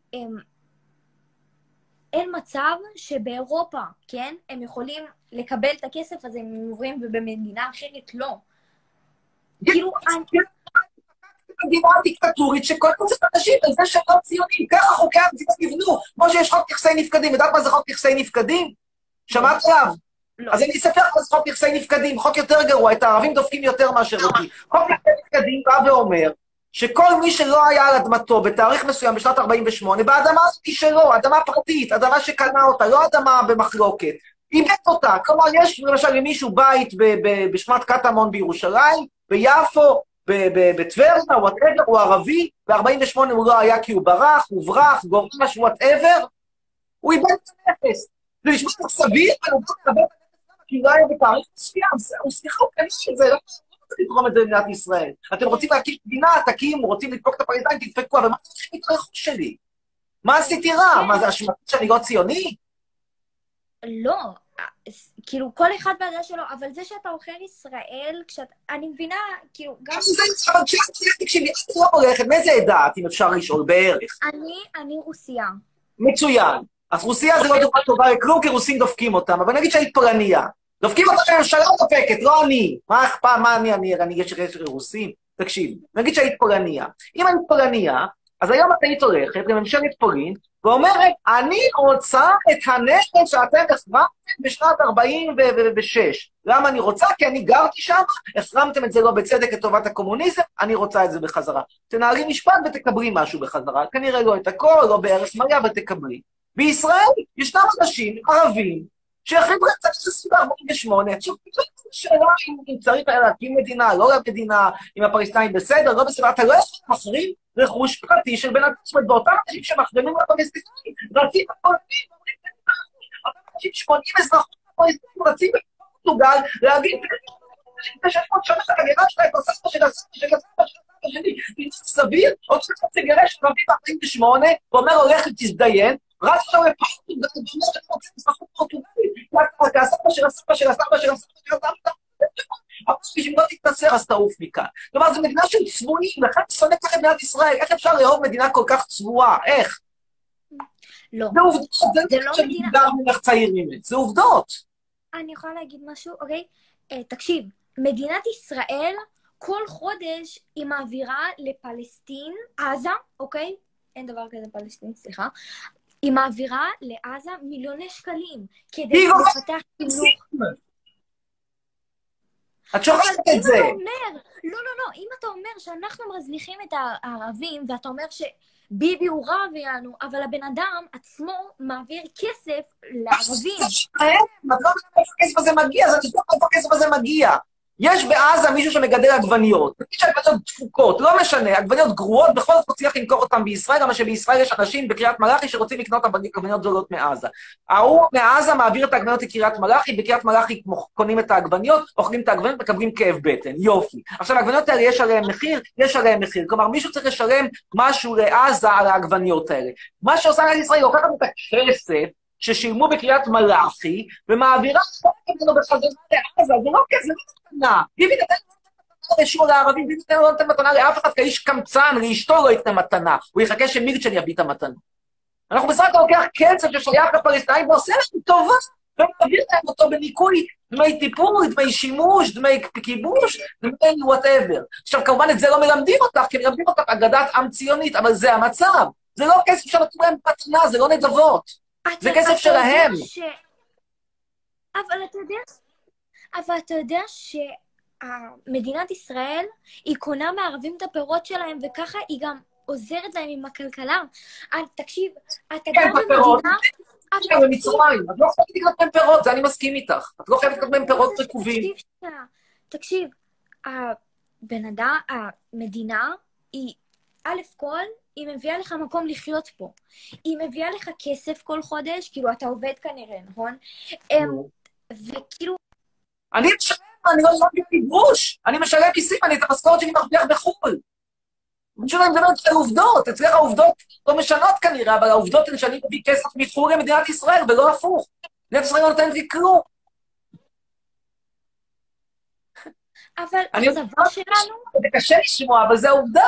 אין מצב שבאירופה, כן, הם יכולים לקבל את הכסף הזה, הם עוברים ובמדינה אחרת לא. כאילו, מדינה דיקטטורית שכל קוצת אנשים על זה שהם לא ציונים, ככה חוקי המדינה נבנו, כמו שיש חוק נכסי נפקדים. יודעת מה זה חוק נכסי נפקדים? שמעת עליו? אז אני אספר לך על חוק נכסי נפקדים, חוק יותר גרוע, את הערבים דופקים יותר מאשר אותי. חוק נכסי נפקדים בא ואומר שכל מי שלא היה על אדמתו בתאריך מסוים בשנת 48, באדמה הזאת שלו, אדמה פרטית, אדמה שקנה אותה, לא אדמה במחלוקת, איבד אותה. כלומר, יש למשל למישהו בית בשכונת קטמון בירושלים, ביפו, בטבריה, whatever, הוא ערבי, ב-48 הוא לא היה כי הוא ברח, הוא ברח, גורש, whatever, הוא איבד את הנכס. זה נשמע לך סביר, אבל הוא לא איבד את הנכס, כי הוא לא היה בתאריך מסוים, הוא סליחה, הוא קנה את זה, לא צריך לתרום את זה במדינת ישראל. אתם רוצים להקים מדינה, תקימו, רוצים לדפוק את הפריטיים, תדפקו, אבל מה צריכים את הרכוש שלי? מה עשיתי רע? מה זה השמטה שאני לא ציוני? לא, כאילו כל אחד בעדה שלו, אבל זה שאתה עוכר ישראל, אני מבינה, כאילו גם... אבל תקשיבי, את לא הולכת, מאיזה עדה, אם אפשר לשאול בערך? אני רוסיה. מצוין. אז רוסיה זה לא דוגמה טובה לכלום, כי רוסים דופקים אותם, אבל נגיד שהיית פולניה. דופקים אותם שהממשלה דופקת, לא אני. מה אכפת, מה אני יש רוסים? תקשיב, נגיד שהיית פולניה. אם היית פולניה, אז היום את היית הולכת לממשלת פולין, ואומרת, אני רוצה את הנכס שאתם החרמתם בשנת 46. למה אני רוצה? כי אני גרתי שם, החרמתם את זה לא בצדק לטובת הקומוניזם, אני רוצה את זה בחזרה. תנהלי משפט ותקבלי משהו בחזרה. כנראה לא את הכל, לא בערך מלא, ותקבלי. בישראל ישנם אנשים ערבים שהחרימו את זה ב-48. עכשיו, שאלה אם צריך להקים מדינה, לא מדינה, אם הפלסטינים בסדר, לא בסדר, אתה לא יכול להחרים רכוש פרטי של בן אדם. זאת אומרת, באותם אנשים שמחרימים לפלסטינים, רצים בפולנים, אותם אנשים 80 אזרחות לפלסטינים, רצים בפורטוגל, להגיד, ב-600 שנה הגרה שלה, את הסבתא של הסבתא של הסבתא של הסבתא שלי, סביר, עוד קצת גירש רבים ב-48, ואומר, הולך ותזדיין, רץ עכשיו לפורטוגל, ואומר שאתה רוצה אזרחות פורטוגלית, כי הסבתא של הסבתא של הסבתא של הסבתא של הסבתא, אבל בשביל לא תתנצר, אז תעוף מכאן. כלומר, זו מדינה של צבועים, לכן שונא ככה מדינת ישראל. איך אפשר לאהוב מדינה כל כך צבועה? איך? לא. זה עובדות, זה לא מדינה. איך צעירים, זה עובדות. אני יכולה להגיד משהו, אוקיי? תקשיב, מדינת ישראל כל חודש היא מעבירה לפלסטין, עזה, אוקיי? אין דבר כזה פלסטין, סליחה. היא מעבירה לעזה מיליוני שקלים כדי לפתח חינוך. את שוכחת את זה. אם אתה אומר שאנחנו מזניחים את הערבים, ואתה אומר שביבי הוא רע לנו, אבל הבן אדם עצמו מעביר כסף לערבים. את לא יודעת איפה הכסף הזה מגיע, אז את יודעת איפה הכסף הזה מגיע. יש בעזה מישהו שמגדל עגבניות, יש עגבניות דפוקות, לא משנה, עגבניות גרועות, בכל זאת מצליח למכור אותן בישראל, גם שבישראל יש אנשים בקריית מלאכי שרוצים לקנות עגבניות גדולות מעזה. ההוא מעזה מעביר את העגבניות לקריית מלאכי, בקריית מלאכי קונים את העגבניות, אוכלים את העגבניות, מקבלים כאב בטן, יופי. עכשיו, העגבניות האלה יש עליהן מחיר, יש עליהן מחיר, כלומר, מישהו צריך לשלם משהו לעזה על העגבניות האלה. מה שעושה מדינת ישראל, לוקחת את הכסף ששילמו בקריית מלאכי, ומעבירה בחזרה לעזה, זה לא כסף, מתנה. ביבי נתן רשור לערבים, ביבי נתן לא נתן מתנה לאף אחד, כאיש קמצן, לאשתו לא ייתן מתנה. הוא יחכה שמילצ'ן יביא את המתנה. אנחנו בסך הכל לוקח כסף ששייך לפלסטינים, ועושה להם טובה, ומעביר להם אותו בניקוי דמי טיפול, דמי שימוש, דמי כיבוש, דמי whatever. עכשיו, כמובן את זה לא מלמדים אותך, כי מלמדים אותך אגדת עם ציונית, אבל זה המצב. זה לא כסף שנתנו להם מתנה, זה לא נדבות. זה כסף שלהם. אבל אתה יודע שמדינת ישראל, היא קונה מערבים את הפירות שלהם, וככה היא גם עוזרת להם עם הכלכלה. תקשיב, אתה גם במדינה... כן, במצרים, את לא חייבת לקנות מהם פירות, זה אני מסכים איתך. את לא חייבת לקנות מהם פירות רקובים. תקשיב, המדינה היא, א' כל, היא מביאה לך מקום לחיות פה. היא מביאה לך כסף כל חודש, כאילו אתה עובד כנראה, נכון? וכאילו... אני משלם, אני לא משלם כיבוש, אני משלם כיסים, אני את המשכורת שלי מרוויח בחו"ל. אני שואל, אני מדברת על עובדות, אצלך העובדות לא משנות כנראה, אבל העובדות הן שאני מביא כסף מחו"ל למדינת ישראל, ולא הפוך. מדינת ישראל לא נותנת לי כלום. אבל הצבא שלנו... זה קשה לשמוע, אבל זה עובדה.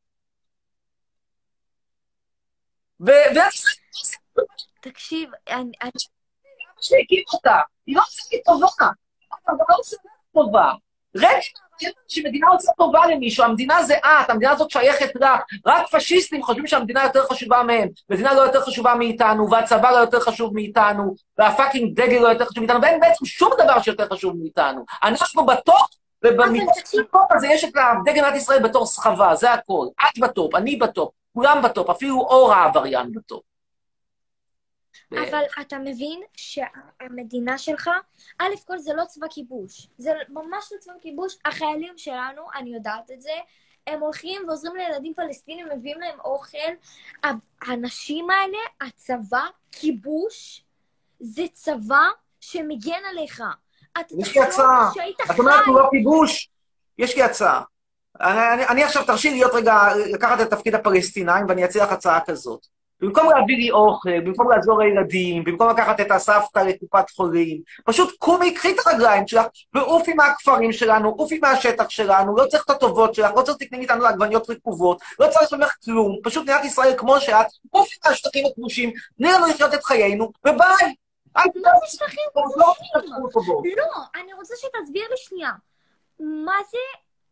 תקשיב, אני... שהקים אותה, היא לא עושה לי טובה. אבל לא עושה לי טובה. רגע, שמדינה עושה טובה למישהו, המדינה זה את, המדינה הזאת שייכת לה, רק פשיסטים חושבים שהמדינה יותר חשובה מהם, מדינה לא יותר חשובה מאיתנו, והצבא לא יותר חשוב מאיתנו, והפאקינג דגל לא יותר חשוב מאיתנו, ואין בעצם שום דבר שיותר חשוב מאיתנו. אנחנו בטופ, ובטופ הזה יש את דגל מדינת ישראל בתור סחבה, זה הכל. את בטופ, אני בטופ, כולם בטופ, אפילו אור העבריין בטופ. אבל אתה מבין שהמדינה שלך, א' כל זה לא צבא כיבוש. זה ממש לא צבא כיבוש. החיילים שלנו, אני יודעת את זה, הם הולכים ועוזרים לילדים פלסטינים, מביאים להם אוכל. האנשים האלה, הצבא, כיבוש, זה צבא שמגן עליך. יש לי הצעה. את אומרת הוא לא כיבוש? יש לי הצעה. אני עכשיו תרשי להיות רגע, לקחת את תפקיד הפלסטינאים, ואני אציע לך הצעה כזאת. במקום להביא לי אוכל, במקום לעזור לילדים, במקום לקחת את הסבתא לקופת חולים, פשוט קומי, קחי את הרגליים שלך, ועופי מהכפרים שלנו, עופי מהשטח שלנו, לא צריך את הטובות שלך, לא צריך תקנים איתנו לעגבניות רקובות, לא צריך לשמח כלום, פשוט מדינת ישראל כמו שאת, עופי מהשטחים הכבושים, תני לנו לחיות את חיינו, וביי! לא שטחים כבושים! לא, אני רוצה שתסביר לי שנייה, מה זה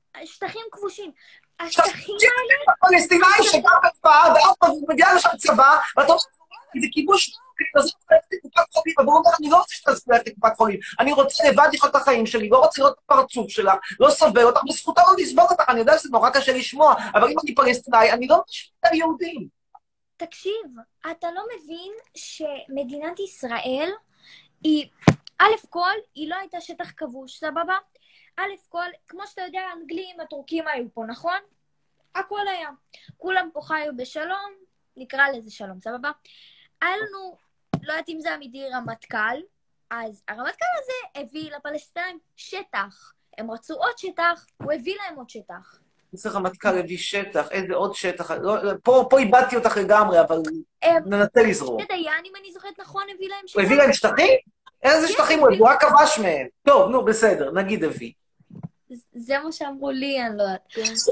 שטחים כבושים. השטחים האלה... הפלסטינאי שגר בכפר, ואז מגיע לשם צבא, ואתה אומר, זה כיבוש, תעזוב ללכת לקופת חולים, אבל הוא אומר, אני לא רוצה שתעזוב ללכת לקופת חולים, אני רוצה לבד לחיות את החיים שלי, לא רוצה לראות את הפרצוף שלך, לא סובל אותך, בזכותה לא לסבור אותך, אני יודע שזה נורא קשה לשמוע, אבל אם אני פלסטינאי, אני לא משווה את היהודים. תקשיב, אתה לא מבין שמדינת ישראל היא, א' כל, היא לא הייתה שטח כבוש, סבבה? א' כל, כמו שאתה יודע, האנגלים, הטורקים היו פה, נכון? הכל היה. כולם פה חיו בשלום, נקרא לזה שלום, סבבה? היה לנו, לא יודעת אם זה אמיתי, רמטכ"ל, אז הרמטכ"ל הזה הביא לפלסטינאים שטח. הם רצו עוד שטח, הוא הביא להם עוד שטח. איזה רמטכ"ל הביא שטח, איזה עוד שטח, פה איבדתי אותך לגמרי, אבל ננסה לזרום. דיין, אם אני זוכרת נכון, הביא להם שטח. הוא הביא להם שטחים? איזה שטחים הוא הביא? הוא רק כבש מהם. טוב, נו, בסדר, נגיד הביא. זה מה שאמרו לי, אני לא יודעת.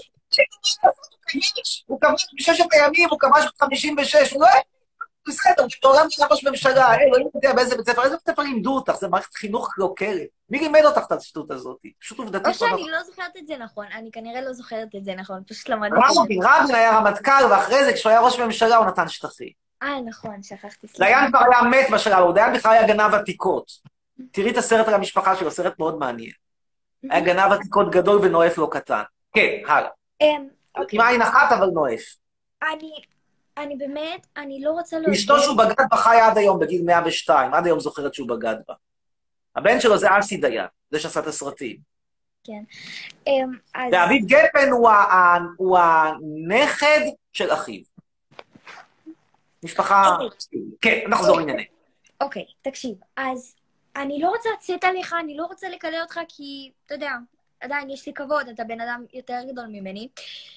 הוא כבש בששת הימים, הוא כבש ב-56, הוא לא... בסדר, כשתעולם של ראש ממשלה, לא יודע באיזה בית ספר, איזה בית ספר לימדו אותך, זה מערכת חינוך קלוקלת. מי לימד אותך את השטות הזאת? פשוט עובדתית. או שאני לא זוכרת את זה נכון, אני כנראה לא זוכרת את זה נכון, פשוט למדתי. רבין היה רמטכ"ל, ואחרי זה, כשהוא היה ראש ממשלה, הוא נתן שטחים. נכון, שכחתי. דיין כבר היה מת בשלב, הוא דיין בכלל היה גנב עתיקות. תראי את הסרט על המשפחה שלו, סרט מאוד מעניין. היה גנב עתיקות גדול ונואף לא קטן. כן, הלאה. עם עין אחת, אבל נואף. אני באמת, אני לא רוצה להגיד... אשתו שהוא בגד בה חיה עד היום, בגיל 102, עד היום זוכרת שהוא בגד בה. הבן שלו זה אסי דיין, זה שעשה את הסרטים. כן. ואביב גפן הוא הנכד של אחיו. משפחה... כן, נחזור לענייני. אוקיי, תקשיב, אז אני לא רוצה לצאת עליך, אני לא רוצה לקלל אותך, כי, אתה יודע, עדיין יש לי כבוד, אתה בן אדם יותר גדול ממני.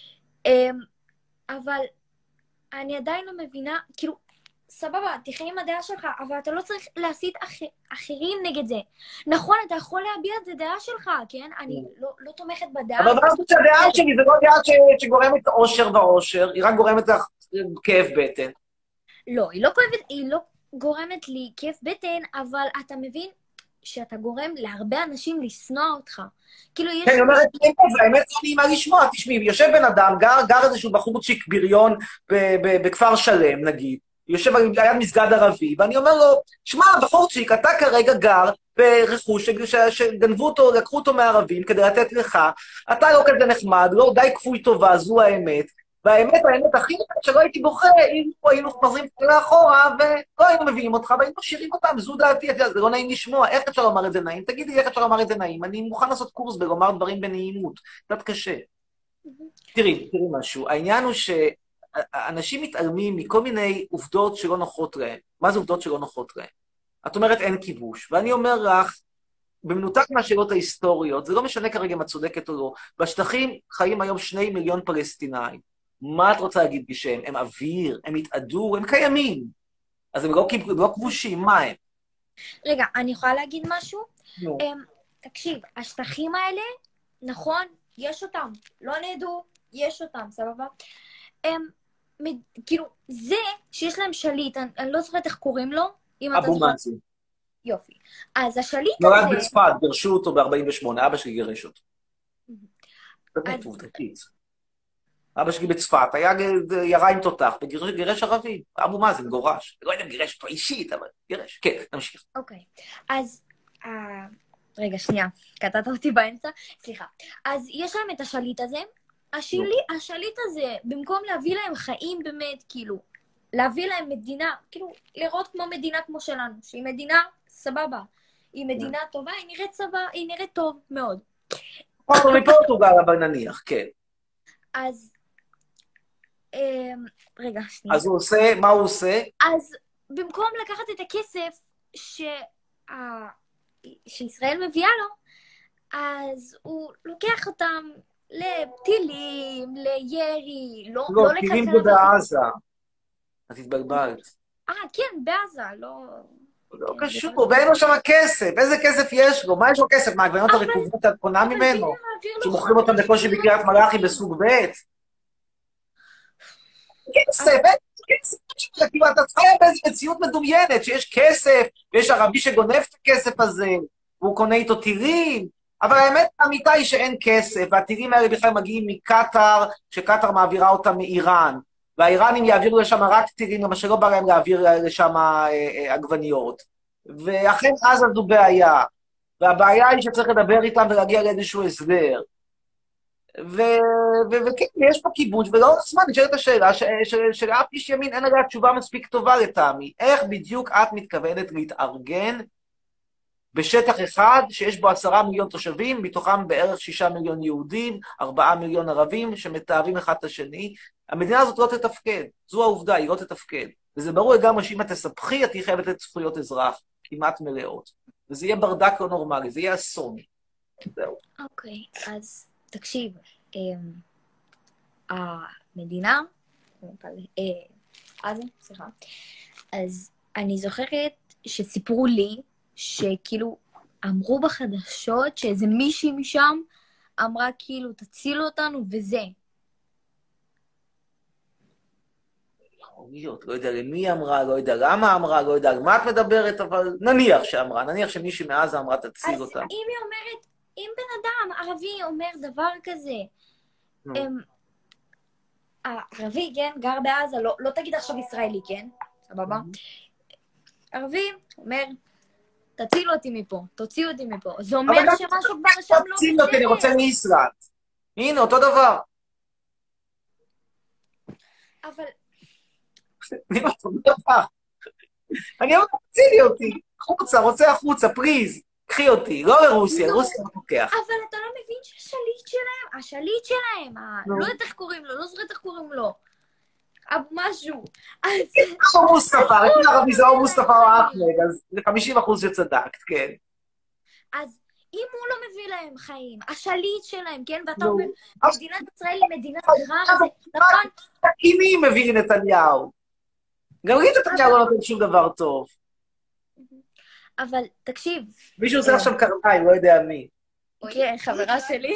אבל אני עדיין לא מבינה, כאילו, סבבה, תחיה עם הדעה שלך, אבל אתה לא צריך להסית אחרים נגד זה. נכון, אתה יכול להביע את הדעה שלך, כן? אני לא תומכת בדעה. אבל מה זאת הדעה שלי? זה לא דעה שגורמת אושר ואושר, היא רק גורמת לך כאב בטן. לא, היא לא גורמת לי כאב בטן, אבל אתה מבין שאתה גורם להרבה אנשים לשנוא אותך. כאילו יש... כן, אני אומרת, האמת לא נעימה לשמוע, תשמעי, יושב בן אדם, גר איזשהו בחורצ'יק בריון בכפר שלם, נגיד, יושב על יד מסגד ערבי, ואני אומר לו, שמע, בחורצ'יק, אתה כרגע גר ברכוש שגנבו אותו, לקחו אותו מערבים כדי לתת לך, אתה לא כזה נחמד, לא די כפוי טובה, זו האמת, והאמת הכי נקראת שלא הייתי בוכה, אם היינו חוזרים לאחורה, ולא היינו מביאים אותך, והיינו משאירים אותם, זו דעתי, זה לא נעים לשמוע, איך אפשר לומר את זה נעים? תגידי לי איך אפשר לומר את זה נעים, אני מוכן לעשות קורס ולומר דברים בנעימות, קצת קשה. תראי משהו, העניין הוא שאנשים מתעלמים מכל מיני עובדות שלא נוחות להם. מה זה עובדות שלא נוחות להם? את אומרת אין כיבוש, ואני אומר לך, במנותק מהשאלות ההיסטוריות, זה לא משנה כרגע אם את צודקת או לא, בשטחים חיים היום 2 מיליון פלסטינאים. מה את רוצה להגיד בשם? הם אוויר, הם התאדו, הם קיימים. אז הם לא כבושים, מה הם? רגע, אני יכולה להגיד משהו? תקשיב, השטחים האלה, נכון, יש אותם. לא נדעו, יש אותם, סבבה? כאילו, זה שיש להם שליט, אני לא זוכרת איך קוראים לו. אבו מאזן. יופי. אז השליט הזה... נולד בצפת, גרשו אותו ב-48, אבא שלי גירש אותו. באמת עובדתית. אבא שלי בצפת, ירה עם תותח, וגירש ערבי, אבו מאזן גורש. לא יודע אם גירש אותו אישית, אבל גירש. כן, נמשיך. אוקיי, אז... רגע, שנייה, קטעת אותי באמצע. סליחה. אז יש להם את השליט הזה. השליט הזה, במקום להביא להם חיים באמת, כאילו, להביא להם מדינה, כאילו, לראות כמו מדינה כמו שלנו, שהיא מדינה סבבה. היא מדינה טובה, היא נראית טוב מאוד. מפורטוגל, אבל נניח, כן. אז... רגע, שנייה. אז הוא עושה, מה הוא עושה? אז במקום לקחת את הכסף שישראל מביאה לו, אז הוא לוקח אותם לטילים, לירי, לא לכלכלה. טילים זה בעזה. את התבלבלת. כן, בעזה, לא... לא קשור, ואין לו שם כסף. איזה כסף יש לו? מה יש לו כסף? מה, הגבינות הרקובות שאת קונה ממנו? שמוכרים אותם בקושי בקריית מלאכי בסוג ב'? כסף, כאילו אתה צריך באיזו מציאות מדומיינת, שיש כסף, ויש ערבי שגונב את הכסף הזה, והוא קונה איתו טילים, אבל האמת האמיתה היא שאין כסף, והטילים האלה בכלל מגיעים מקטר, שקטר מעבירה אותם מאיראן, והאיראנים יעבירו לשם רק טילים, למה שלא בא להם להעביר לשם עגבניות. ואכן עזה זו בעיה, והבעיה היא שצריך לדבר איתם ולהגיע לאיזשהו הסדר. וכן, יש פה כיבוש, ולאורך זמן נשאלת השאלה שלאף איש ימין אין עליה תשובה מספיק טובה לטעמי. איך בדיוק את מתכוונת להתארגן בשטח אחד שיש בו 10 מיליון תושבים, מתוכם בערך 6 מיליון יהודים, 4 מיליון ערבים שמתארים אחד את השני? המדינה הזאת לא תתפקד, זו העובדה, היא לא תתפקד. וזה ברור לגמרי שאם את תספחי, את תהיי חייבת את זכויות אזרח, כמעט מלאות. וזה יהיה ברדק לא נורמלי, זה יהיה אסון. זהו. אוקיי, אז תקשיב, המדינה, אז אני זוכרת שסיפרו לי שכאילו אמרו בחדשות שאיזה מישהי משם אמרה כאילו תצילו אותנו וזה. לא יודע למי אמרה, לא יודע למה אמרה, לא יודע על מה את מדברת, אבל נניח שאמרה, נניח שמישהי מעזה אמרה תציל אותנו. אז אם היא אומרת, אם בן אדם ערבי אומר דבר כזה, ערבי, כן, גר בעזה, לא תגיד עכשיו ישראלי, כן? סבבה? ערבי אומר, תצילו אותי מפה, תוציאו אותי מפה. זה אומר שמשהו כבר שם לא תציל אותי, אני רוצה מישראל. הנה, אותו דבר. אבל... אני אומר, תצילי אותי. חוצה, רוצה החוצה, פליז. קחי אותי, לא לרוסיה, רוסיה לא לוקח. אבל אתה לא מבין השליט שלהם, לא יודעת איך קוראים לו, לא זוכרת איך קוראים לו. אבו משהו. או מוסטפא, לפי ערבי זה או מוסטפא או אחמד, אז זה 50% שצדקת, כן. אז אם הוא לא מביא להם חיים, השליט שלהם, כן? ואתה אומר, מדינת ישראל היא מדינת רע, נכון? עם מי מביא נתניהו? גם לי נתניהו לא נותן שום דבר טוב. אבל תקשיב. מישהו עושה עכשיו קרניים, לא יודע מי. כן, חברה שלי.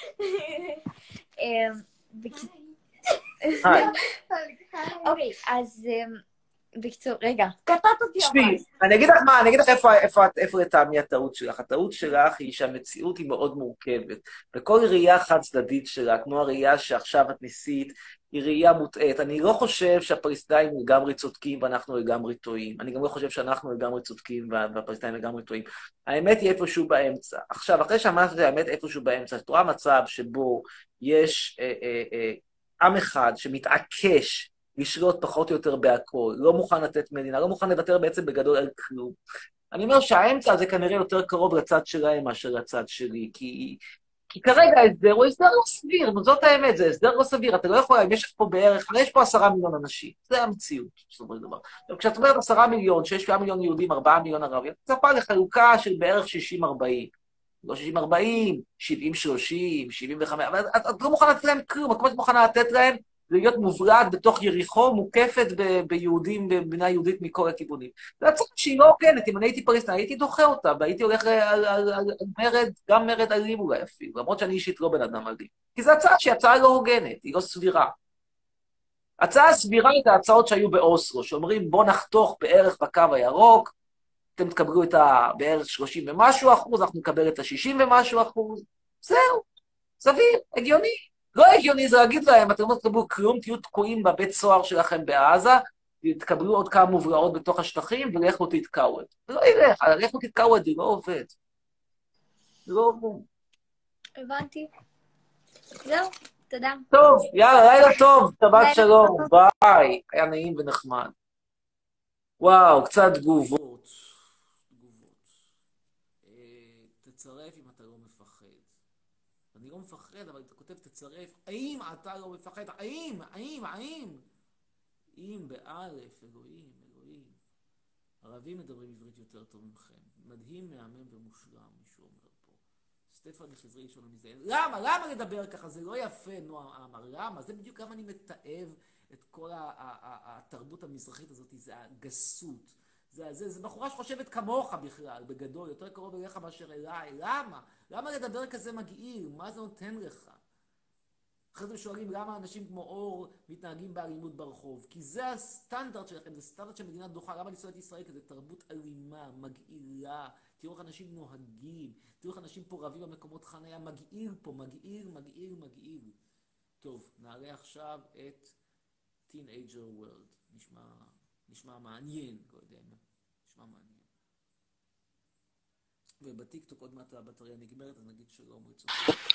אוקיי, אז בקצור, רגע, קטעת אותי ממש. אני אגיד לך איפה לטעמי הטעות שלך. הטעות שלך היא שהמציאות היא מאוד מורכבת. וכל ראייה חד צדדית שלה, כמו הראייה שעכשיו את ניסית, היא ראייה מוטעית. אני לא חושב שהפלסטינים לגמרי צודקים ואנחנו לגמרי טועים. אני גם לא חושב שאנחנו לגמרי צודקים והפלסטינים לגמרי טועים. האמת היא איפשהו באמצע. עכשיו, אחרי שאמרת את האמת איפשהו באמצע, את רואה מצב שבו יש עם אחד שמתעקש לשלוט פחות או יותר בהכל, לא מוכן לתת מדינה, לא מוכן לוותר בעצם בגדול על כלום. אני אומר שהאמצע הזה כנראה יותר קרוב לצד שלהם מאשר לצד שלי, כי כרגע ההסדר הוא הסדר לא סביר, זאת האמת, זה הסדר לא סביר, אתה לא יכול, אם יש פה בערך, יש פה 10 מיליון אנשים, זה המציאות, בסופו של דבר. כשאת אומרת 10 מיליון, 6 מיליון יהודים, 4 מיליון ערבים, אתה צפה לחלוקה של בערך 60-40, לא 60-40, 70-30, 75, אבל את לא מוכנה לתת להם כלום, את מוכנה לתת להם להיות מובלעת בתוך יריחו, מוקפת ביהודים, במדינה יהודית מכל הכיוונים. זה הצעה שהיא לא הוגנת, אם אני הייתי פלסטיני, הייתי דוחה אותה, והייתי הולך על מרד, גם מרד אלים אולי אפילו, למרות שאני אישית לא בן אדם אלים. כי זו הצעה שהיא הצעה לא הוגנת, היא לא סבירה. הצעה סבירה היא ההצעות שהיו באוסלו, שאומרים בוא נחתוך בערך בקו הירוק, אתם תקבלו את בערך 30 ומשהו אחוז, אנחנו נקבל את ה-60 ומשהו אחוז, זהו, סביר, הגיוני. לא הגיוני, זה להגיד להם, אתם לא תקבלו כלום, תהיו תקועים בבית סוהר שלכם בעזה, תקבלו עוד כמה מובלעות בתוך השטחים, ולכו תתקעו את זה. זה לא ילך, לכו תתקעו את זה, לא עובד. זה לא עובד. הבנתי. זהו, תודה. טוב, יאללה, לילה טוב, שבת שלום, ביי. היה נעים ונחמד. וואו, קצת תגובות. תצרף אם אתה לא מפחד. אני לא מפחד, אבל אתה כותב תצרף, האם אתה לא מפחד? האם? אם באלף, אלוהים. ערבים מדברים עברית יותר טוב מכם. מדהים, מהמם ומושלם, מישהו אומר פה. סטפן חזרי ראשון המזדהן. למה לדבר ככה? זה לא יפה, נועה אמר. למה? זה בדיוק כמה אני מתאב את כל התרבות המזרחית הזאת, זה הגסות. זה בחורה שחושבת כמוך בכלל, בגדול, יותר קרוב אליך מאשר אליי. למה? למה לדבר כזה מגעיל? מה זה נותן לך? אחרי זה שואלים למה אנשים כמו אור מתנהגים באלימות ברחוב. כי זה הסטנדרט שלכם, זה סטנדרט של מדינה דוחה. למה לנסוע את ישראל? כי זה תרבות אלימה, מגעילה, תראו איך אנשים נוהגים, תראו איך אנשים פה רבים במקומות חניה, מגעיל פה, מגעיל. טוב, נעלה עכשיו את Teenager World. נשמע מעניין, לא יודע מה. נשמע מעניין. ובטיקטוק עוד מעט הבטריה נגמרת, אז נגיד שלום רצות.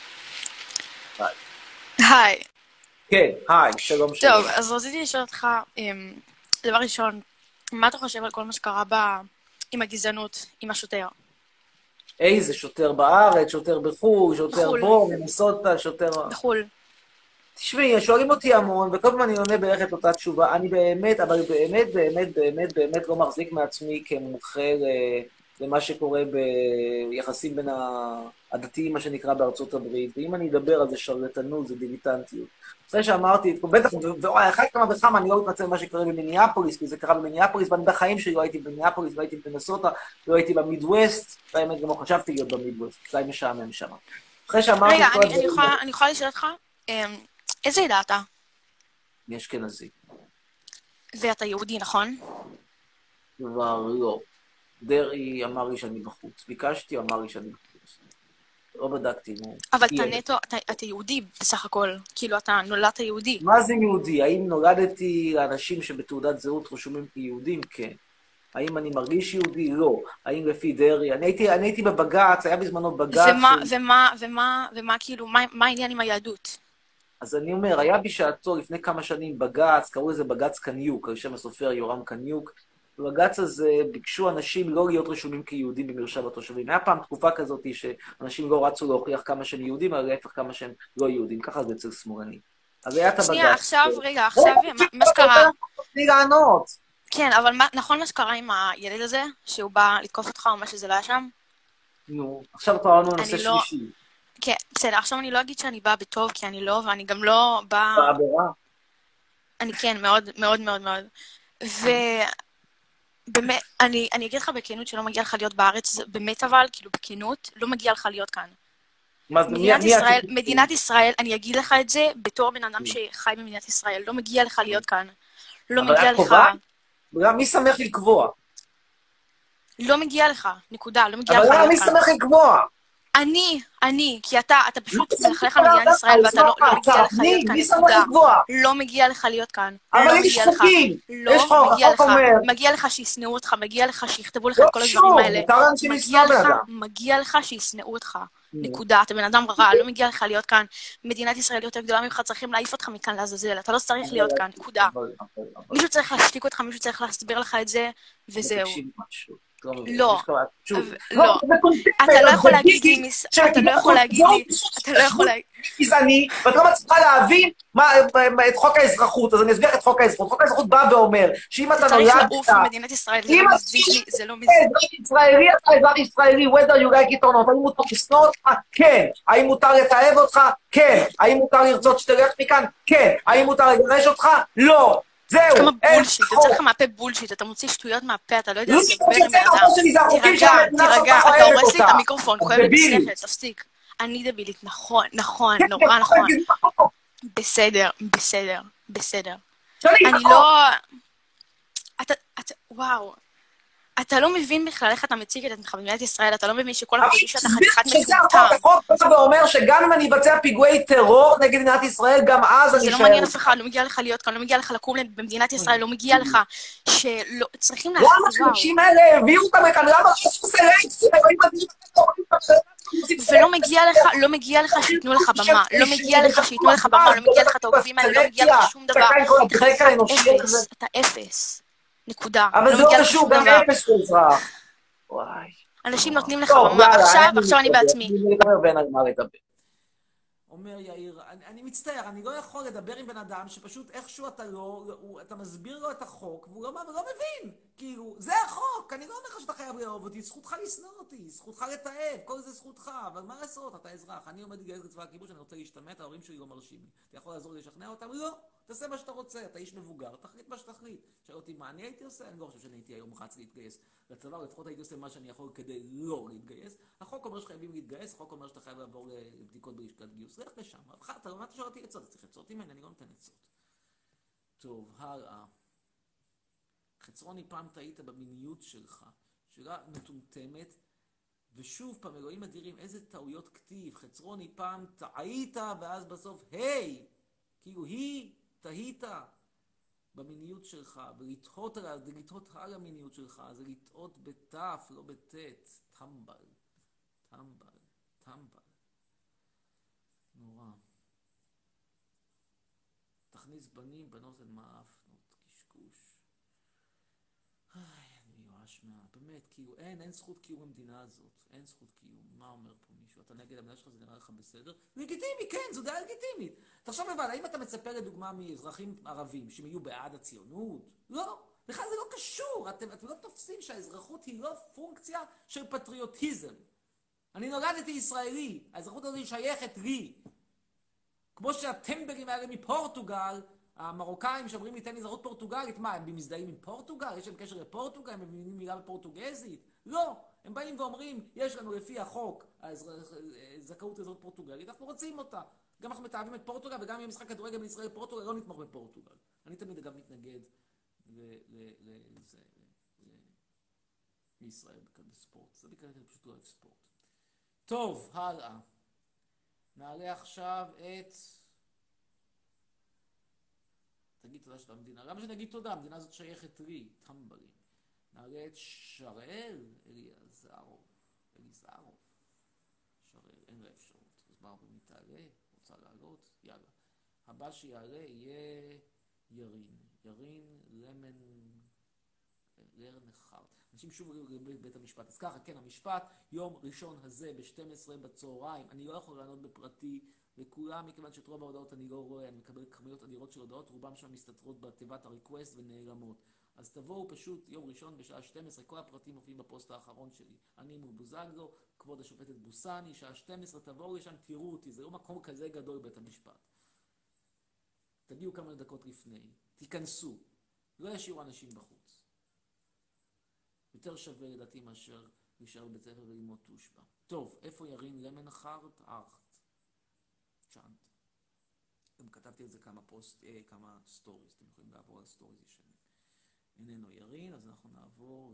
היי. כן, היי, שלום. טוב, אז רציתי לשאול אותך, דבר ראשון, מה אתה חושב על כל מה שקרה עם הגזענות, עם השוטר? איזה שוטר בארץ, שוטר בחו"ל, שוטר בחו"ל. בו, מנסוטה, שוטר... בחו"ל. תשמעי, שואלים אותי המון, וכל פעם אני עונה בערך את אותה תשובה. אני באמת, אבל באמת לא מחזיק מעצמי כמומחה למה שקורה ביחסים בין הדתיים, מה שנקרא בארצות הברית. ואם אני אדבר על זה שרלטנות, זה דיליטנטיות. אחרי שאמרתי, בטח, ואחד כמה וכמה, אני לא מתנצל מה שקורה במיניאפוליס, כי זה קרה במיניאפוליס, ואני בחיים שלי לא הייתי במיניאפוליס, לא הייתי במינסוטה, לא הייתי במידווסט, באמת גם לא חשבתי להיות במידווסט, זה היה משעמם שם. אחרי שאמרתי... רגע, אני יכולה לשאול אותך, איזה עדה אתה? אני אשכנזי. ואתה יהודי, נכון? כבר לא. דרעי אמר לי שאני בחוץ. ביקשתי, אמר לי שאני בחוץ. לא בדקתי, נו. אבל אתה נטו, אתה יהודי בסך הכל. כאילו, אתה נולדת יהודי. מה זה יהודי? האם נולדתי לאנשים שבתעודת זהות רשומים כיהודים? כן. האם אני מרגיש יהודי? לא. האם לפי דרעי? אני הייתי בבג"ץ, היה בזמנו בג"ץ... ומה כאילו, מה העניין עם היהדות? אז אני אומר, היה בשעתו לפני כמה שנים בג"ץ, קראו לזה בג"ץ קניוק, על שם הסופר יורם קניוק. בבג"ץ הזה ביקשו אנשים לא להיות רשומים כיהודים במרשם התושבים. היה פעם תקופה כזאת שאנשים לא רצו להוכיח כמה שהם יהודים, אבל להפך כמה שהם לא יהודים. ככה זה אצל שמאלני. אז היה את הבג"ץ. שנייה, עכשיו, מה שקרה... תני לענות. כן, אבל נכון מה שקרה עם הילד הזה, שהוא בא לתקוף אותך או מה שזה לא היה שם? נו, עכשיו פרענו נושא שלישי. כן, בסדר, עכשיו אני לא אגיד שאני באה בטוב, כי אני לא, ואני גם לא באה... בעבירה? אני כן, מאוד, מאוד, מאוד, מאוד. ובאמת, אני אגיד לך בכנות שלא מגיע לך להיות בארץ, באמת אבל, כאילו בכנות, לא מגיע לך להיות כאן. מדינת ישראל, אני אגיד לך את זה, בתור בן אדם שחי במדינת ישראל, לא מגיע לך להיות כאן. לא מגיע לך... מי שמח לקבוע? לא מגיע לך, נקודה, לא מגיע לך להיות כאן. אבל מי שמח לקבוע? אני, כי אתה פשוט מלכלך על מדינת ישראל, ואתה לא מגיע לך להיות כאן, נקודה. לא מגיע לך להיות כאן. אבל יש חוקים, יש חוק אומר. מגיע לך שישנאו אותך, מגיע לך שיכתבו לך את כל הדברים האלה. מגיע לך שישנאו אותך, נקודה. אתה בן אדם רע, לא מגיע לך להיות כאן. מדינת ישראל יותר גדולה ממך, צריכים להעיף אותך מכאן לעזאזל. אתה לא צריך להיות כאן, נקודה. מישהו צריך להשתיק אותך, מישהו צריך להסביר לך את זה, וזהו. לא, לא, אתה לא יכול להגיד לי, אתה לא יכול להגיד לי, גזעני, ואת לא מצליחה להבין את חוק האזרחות, אז אני אסביר את חוק האזרחות. חוק האזרחות בא ואומר, שאם אתה נולדת... צריך לעוף במדינת ישראל, זה לא מזיז לי. ישראלי, אתה אזרח ישראלי, whether you like it or not, האם מותר לשנוא אותך? כן. האם מותר לתעב אותך? כן. האם מותר לרצות שתלך מכאן? כן. האם מותר לגרש אותך? לא. זהו, כמה בולשיט, יוצא לך מהפה בולשיט, אתה מוציא שטויות מהפה, אתה לא יודע לדבר עם אדם. תירגע, אתה הורס לי את המיקרופון, כואבת בשכל, תפסיק. אני דבילית, נכון, נורא נכון. בסדר. אני לא... וואו. אתה לא מבין בכלל איך אתה מציג את עצמך במדינת ישראל, אתה לא מבין שכל החודשים שאתה חתיכת מטומטם. החוק בא ואומר שגם אם אני אבצע פיגועי טרור נגד מדינת ישראל, גם אז אני אשאר. זה לא מעניין אף אחד, לא מגיע לך להיות כאן, לא מגיע לך לקום במדינת ישראל, לא מגיע לך שצריכים להחזיר. למה האנשים האלה הביאו אותם לכאן? למה עשו סלקציה? ולא מגיע לך שייתנו לך במה, לא מגיע לך את העוקבים האלה, לא מגיע לך שום דבר. אתה אפס. נקודה. אבל זה לא קשור, גם אפס הוא אזרח. וואי. אנשים נותנים לך במה. עכשיו אני בעצמי. אני מדבר בין הגמר לדבר. אומר יאיר, אני מצטער, אני לא יכול לדבר עם בן אדם שפשוט איכשהו אתה מסביר לו את החוק, והוא לא מבין. כאילו, זה החוק, אני לא אומר לך שאתה חייב לאהוב אותי, זכותך לשנוא אותי, זכותך לתעב, כל זה זכותך, אבל מה לעשות, אתה אזרח, אני עומד להתגייס לצבא הכיבוש, אני רוצה להשתמט, ההורים שלי לא מרשים לי. אתה יכול לעזור לי לשכנע אותם? לא, תעשה מה שאתה רוצה, אתה איש מבוגר, תחליט מה שתחליט. שאל אותי מה אני הייתי עושה, אני לא חושב שאני הייתי היום רץ להתגייס לצבא, לפחות הייתי עושה מה שאני יכול כדי לא להתגייס. החוק אומר שחייבים להתגייס, החוק אומר שאתה חייב לעבור לבדיקות בלשכת גיוס. לך לשם, אתה לא שואל אותי עצות, אתה צריך עצות ממני, אני לא נותן עצות. טוב, הלאה. חצרוני, פעם טעית במיניות שלך, שאלה מטומטמת, ושוב פעם, אלוהים אדירים, איזה טעויות כתיב. חצרוני פעם טעית, ואז בסוף, היי! כאילו, תהית במיניות שלך, ולתהות על המיניות שלך, זה לתהות בתף, לא בתת. טמבל. נורא. תכניס בנים, בנות הן מאפנות, קשקוש. אני מיואש באמת, כאילו, אין זכות קיום במדינה הזאת. אין זכות קיום. מה אומר פה מישהו? אתה נגד המדינה שלך, זה נראה לך בסדר? לגיטימי, כן, זו דעה לגיטימית. תחשוב לבד, האם אתה מצפה לדוגמה מאזרחים ערבים שהם יהיו בעד הציונות? לא. בכלל זה לא קשור. אתם לא תופסים שהאזרחות היא לא פונקציה של פטריוטיזם. אני נולדתי ישראלי, האזרחות הזאת היא שייכת לי. כמו שהטמבלים האלה מפורטוגל, המרוקאים שאומרים לי תן אזרחות פורטוגלית, מה, הם מזדהים עם פורטוגל? יש להם קשר לפורטוגל? הם מבינים מילה בפורטוגזית? לא, הם באים ואומרים, יש לנו לפי החוק זכאות לאזרחות פורטוגלית, אנחנו רוצים אותה. גם אנחנו מתאהבים את פורטוגל, וגם אם משחק כדורגל בישראל פורטוגל, לא נתמוך בפורטוגל. אני תמיד אגב מתנגד לישראל בספורט. זה בגלל שאני פשוט לא אוהב ספורט. טוב, הלאה. נעלה עכשיו את... תגיד תודה של המדינה. למה שנגיד תודה? המדינה הזאת שייכת לי, טמבלים. נעלה את שראל אליזרוב. שראל, אין לה אפשרות. אז מה אומרים, תעלה? רוצה לעלות? יאללה. הבא שיעלה יהיה ירין לרנחרט. אנשים שוב בבית המשפט. אז ככה, כן, המשפט, יום ראשון הזה ב-12 בצהריים. אני לא יכול לענות בפרטי לכולם, מכיוון שאת רוב ההודעות אני לא רואה, אני מקבל כמויות אדירות של הודעות, רובם שם מסתתרות בתיבת הריקווסט ונעלמות. אז תבואו פשוט יום ראשון בשעה 12, כל הפרטים מופיעים בפוסט האחרון שלי. אני מול בוזגלו, כבוד השופטת בוסני, שעה 12, תבואו לשם, תראו אותי, זה לא מקום כזה גדול בית המשפט. תגיעו כמה דקות לפני, תיכנסו, לא ישאירו אנשים בחוץ. יותר שווה לדעתי מאשר להישאר בבית ספר וללמוד תושבע. טוב, איפה ירין למנחרט? צ'אנט. גם כתבתי את זה כמה סטוריז, אתם יכולים לעבור על סטוריז ישנים. איננו ירין, אז אנחנו נעבור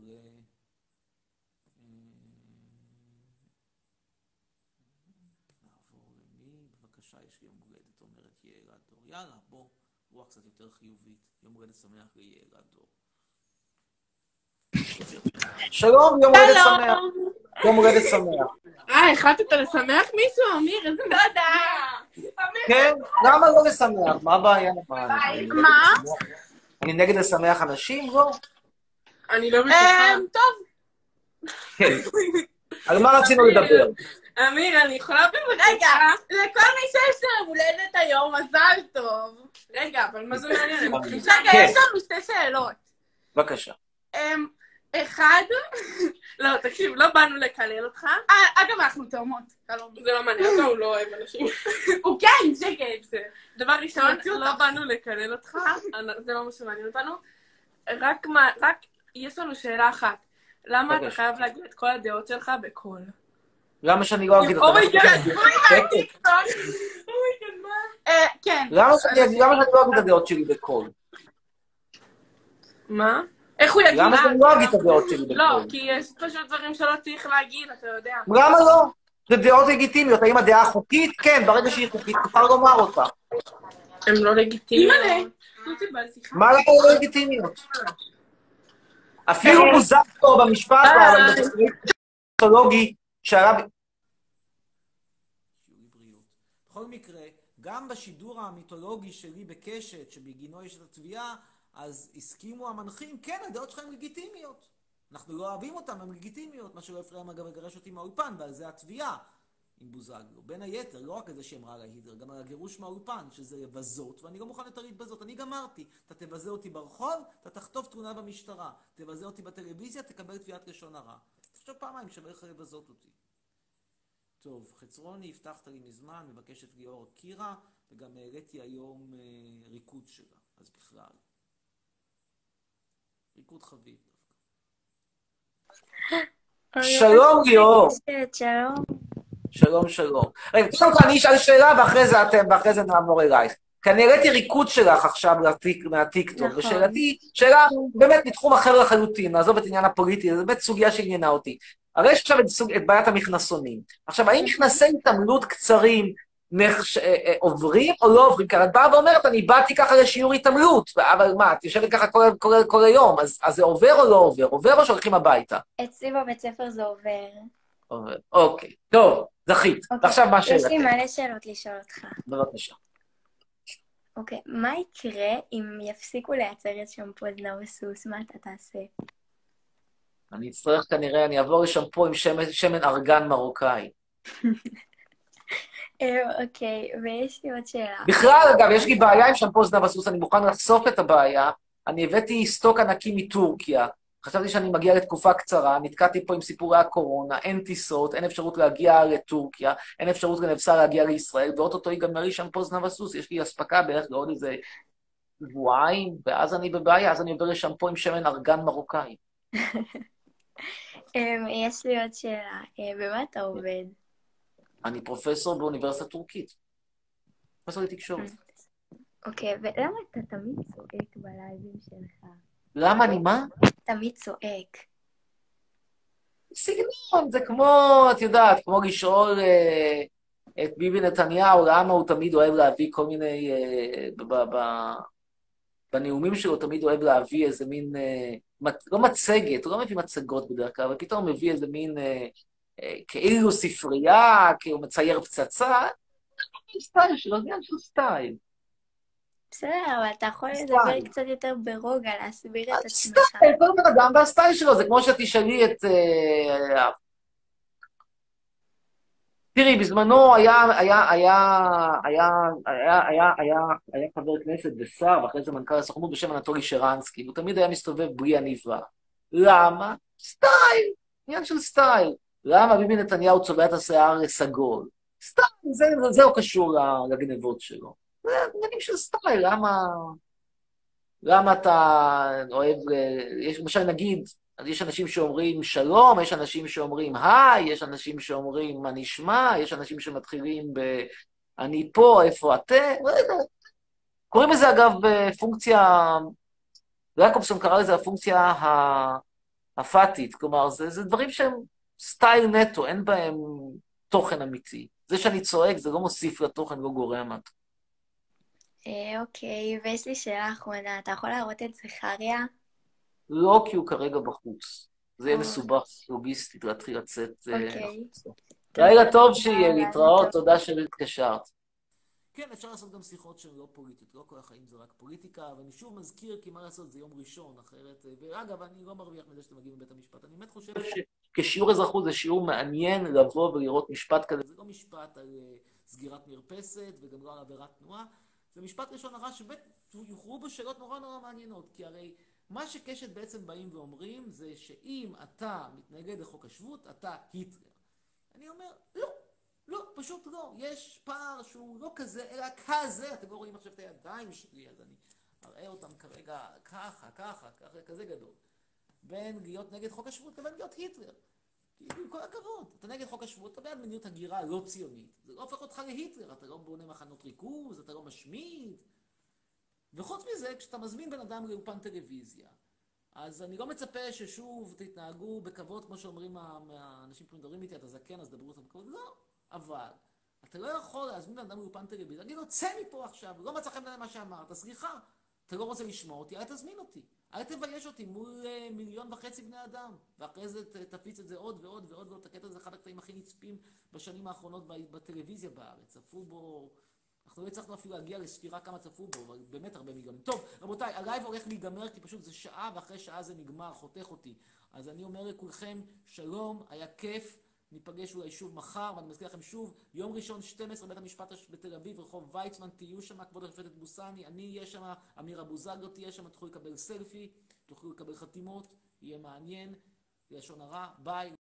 למי? בבקשה, יש לי יום הולדת, אומרת יעל הדור. יאללה, בוא, רוח קצת יותר חיובית. יום הולדת שמח ליעל הדור. שלום, יום הולדת שמח. יום הולדת שמח. החלטת לשמח מישהו, אמיר? איזה תודה. כן, למה לא לשמח? מה הבעיה? מה? אני נגד לשמח אנשים, לא? אני לא בטוחה. טוב. כן. על מה רצינו לדבר? אמיר, אני יכולה רגע, לכל מי שיש להם הולדת היום, מזל טוב. רגע, אבל מה זה מעניין? רגע, יש לנו שתי שאלות. בבקשה. אחד, לא, תקשיב, לא באנו לקלל אותך. אגב, אנחנו תאומות. זה לא מעניין אותו, הוא לא אוהב אנשים. הוא כן, שקט. דבר ראשון, לא באנו לקלל אותך, זה לא מה שמעניין אותנו. רק יש לנו שאלה אחת. למה אתה חייב להגיד את כל הדעות שלך בקול? למה שאני לא אגיד אותה? כן. למה שאני לא אגיד את הדעות שלי בקול? מה? איך הוא יגיד? למה שאני לא אגיד את הדעות שלי בקול? לא, כי יש פשוט דברים שלא צריך להגיד, אתה יודע. למה לא? זה דעות לגיטימיות. האם הדעה חוקית? כן, ברגע שהיא חוקית, תוכל לומר אותה. הן לא לגיטימיות. מה לא לגיטימיות? אפילו מוזר פה במשפט, פסיכולוגי, שהרב... בכל מקרה, גם בשידור המיתולוגי שלי בקשת, שבגינו יש את התביעה, אז הסכימו המנחים, כן, הדעות שלך הן לגיטימיות. אנחנו לא אוהבים אותם, הן לגיטימיות, מה שלא הפריע אגב לגרש אותי מהאולפן, ועל זה התביעה עם בוזגלו. בין היתר, לא רק על זה שאמרה על ההידר, גם על הגירוש מהאולפן, שזה לבזות, ואני לא מוכן יותר להתבזות. אני גמרתי, אתה תבזה אותי ברחוב, אתה תחטוף תלונה במשטרה. תבזה אותי בטלוויזיה, תקבל תביעת לשון הרע. תחשוב פעמיים שווה לך לבזות אותי. טוב, חצרוני, הבטחת לי מזמן, מבקשת ליאור קירה, וגם העליתי היום ריקוד שלה, אז בכלל. ריקוד חביב דווקא. שלום ליאור. שלום. שלום, שלום. רגע, קודם כל אני אשאל שאלה, ואחרי זה נעבור אלייך. כי אני העליתי ריקוד שלך עכשיו מהטיקטוק, ושאלתי, שאלה באמת מתחום אחר לחלוטין, נעזוב את עניין הפוליטי, זו באמת סוגיה שעניינה אותי. הרי יש עכשיו את בעיית המכנסונים. עכשיו, האם מכנסי התעמלות קצרים עוברים או לא עוברים? כי את באה ואומרת, אני באתי ככה לשיעור התעמלות, אבל מה, את יושבת ככה כל היום, אז זה עובר או לא עובר? עובר או שהולכים הביתה? אצלי בבית ספר זה עובר. עובר, אוקיי. טוב, זכית. ועכשיו מה השאלה? יש לי מלא שאלות לשאול אותך. בבקשה. אוקיי, מה יקרה אם יפסיקו לייצר את שמפו זנב וסוס? מה אתה תעשה? אני אצטרך כנראה, אני אעבור לשמפו עם שמן ארגן מרוקאי. אוקיי, ויש לי עוד שאלה. בכלל, אגב, יש לי בעיה עם שמפו זנב וסוס, אני מוכן לחשוף את הבעיה. אני הבאתי סטוק ענקי מטורקיה. חשבתי שאני מגיע לתקופה קצרה, נתקעתי פה עם סיפורי הקורונה, אין טיסות, אין אפשרות להגיע לטורקיה, אין אפשרות לנבסה להגיע לישראל, ואו-טו-טו ייגמר לי שמפו זנב וסוס, יש לי אספקה בערך לעוד איזה שבועיים, ואז אני בבעיה, אז אני עובר לשמפו עם שמן ארגן מרוקאי. יש לי עוד שאלה, במה אתה עובד? אני פרופסור באוניברסיטה טורקית. פרופסור לתקשורת. אוקיי, ולמה אתה תמיד צועק בלייבים שלך? למה אני מה? תמיד צועק. סגנון, זה כמו, את יודעת, כמו לשאול את ביבי נתניהו, למה הוא תמיד אוהב להביא כל מיני, בנאומים שלו תמיד אוהב להביא איזה מין, לא מצגת, הוא לא מביא מצגות בדרך כלל, אבל פתאום הוא מביא איזה מין, כאילו ספרייה, כאילו מצייר פצצה, סטייל שלו, זה עניין של סטייל. בסדר, אבל אתה יכול לדבר קצת יותר ברוגע, להסביר את עצמך. סטייל, כל בן אדם והסטייל שלו, זה כמו שתשאלי את... תראי, בזמנו היה חבר כנסת ושר, ואחרי זה מנכ"ל הסוכנות בשם אנטולי שרנסקי, הוא תמיד היה מסתובב בלי עניבה. למה? סטייל, עניין של סטייל. למה ביבי נתניהו צובע את השיער סגול? סטייל, זה לא קשור לגנבות שלו. זה עניינים של סטייל, למה אתה אוהב, יש למשל נגיד, יש אנשים שאומרים שלום, יש אנשים שאומרים היי, יש אנשים שאומרים מה נשמע, יש אנשים שמתחילים אני פה, איפה אתם, לא יודע. קוראים לזה אגב בפונקציה, יעקובסון קרא לזה הפונקציה הפאטית, כלומר זה דברים שהם סטייל נטו, אין בהם תוכן אמיתי. זה שאני צועק זה לא מוסיף לתוכן, לא גורע. אוקיי, ויש לי שאלה אחרונה, אתה יכול להראות את זכריה? לא, כי הוא כרגע בחוץ. זה יהיה מסובך לוגיסטית להתחיל לצאת. אוקיי. לילה טוב שיהיה, להתראות, תודה שהתקשרת. כן, אפשר לעשות גם שיחות שהן לא פוליטיות, לא כל החיים זה רק פוליטיקה, ואני שוב מזכיר, כי מה לעשות, זה יום ראשון, אחרת, ואגב, אני לא מרוויח מזה שאתם מגיעים לבית המשפט, אני באמת חושב שכשיעור אזרחות זה שיעור מעניין לבוא ולראות משפט כזה, זה לא משפט על סגירת מרפסת, וגם לא על עבירת תנועה, זה משפט ראשון הרע שבאמת יוכרו בו שאלות נורא מעניינות, כי הרי מה שקשת בעצם באים ואומרים זה שאם אתה מתנגד לחוק השבות, אתה היטלר. אני אומר, לא, לא, פשוט לא. יש פער שהוא לא כזה, אלא כזה. אתם לא רואים עכשיו את הידיים שלי, אז אני אראה אותם כרגע ככה, כזה גדול. בין להיות נגד חוק השבות לבין להיות היטלר. עם כל הכבוד, אתה נגד חוק השבות, אתה בעד מדיניות הגירה לא ציונית. זה לא הופך אותך להיטלר, אתה לא בונה מחנות ריכוז, אתה לא משמיד. וחוץ מזה, כשאתה מזמין בן אדם לאופן טלוויזיה, אז אני לא מצפה ששוב תתנהגו בכבוד, כמו שאומרים האנשים פה מדברים איתי, אתה זקן, אז דברו אותם בכבוד. לא, אבל אתה לא יכול להזמין בן אדם לאופן טלוויזיה, להגיד לו, צא מפה עכשיו, לא מצא חן בעיניי מה שאמרת, סליחה, אתה לא רוצה לשמוע אותי, אל תזמין אותי. אל תבייש אותי מול 1.5 מיליון בני אדם, ואחרי זה תפיץ את זה עוד ועוד ועוד ועוד, תקטע את זה אחד הקטעים הכי נצפים בשנים האחרונות בטלוויזיה בארץ, צפו בו, אנחנו לא הצלחנו אפילו להגיע לספירה כמה צפו בו, אבל באמת הרבה מיליונים. טוב, רבותיי, הלייב הולך להיגמר, כי פשוט זה שעה, ואחרי שעה זה נגמר, חותך אותי. אז אני אומר לכולכם, שלום, היה כיף, ניפגש אולי שוב מחר, ואני מזכיר לכם שוב, יום ראשון 12 בית המשפט בתל אביב, רחוב ויצמן, תהיו שם, כבוד השופטת בוסני, אני אהיה שם, אמיר אבוזגלו תהיה שם, תוכלו לקבל סלפי, תוכלו לקבל חתימות, יהיה מעניין, לשון הרע, ביי.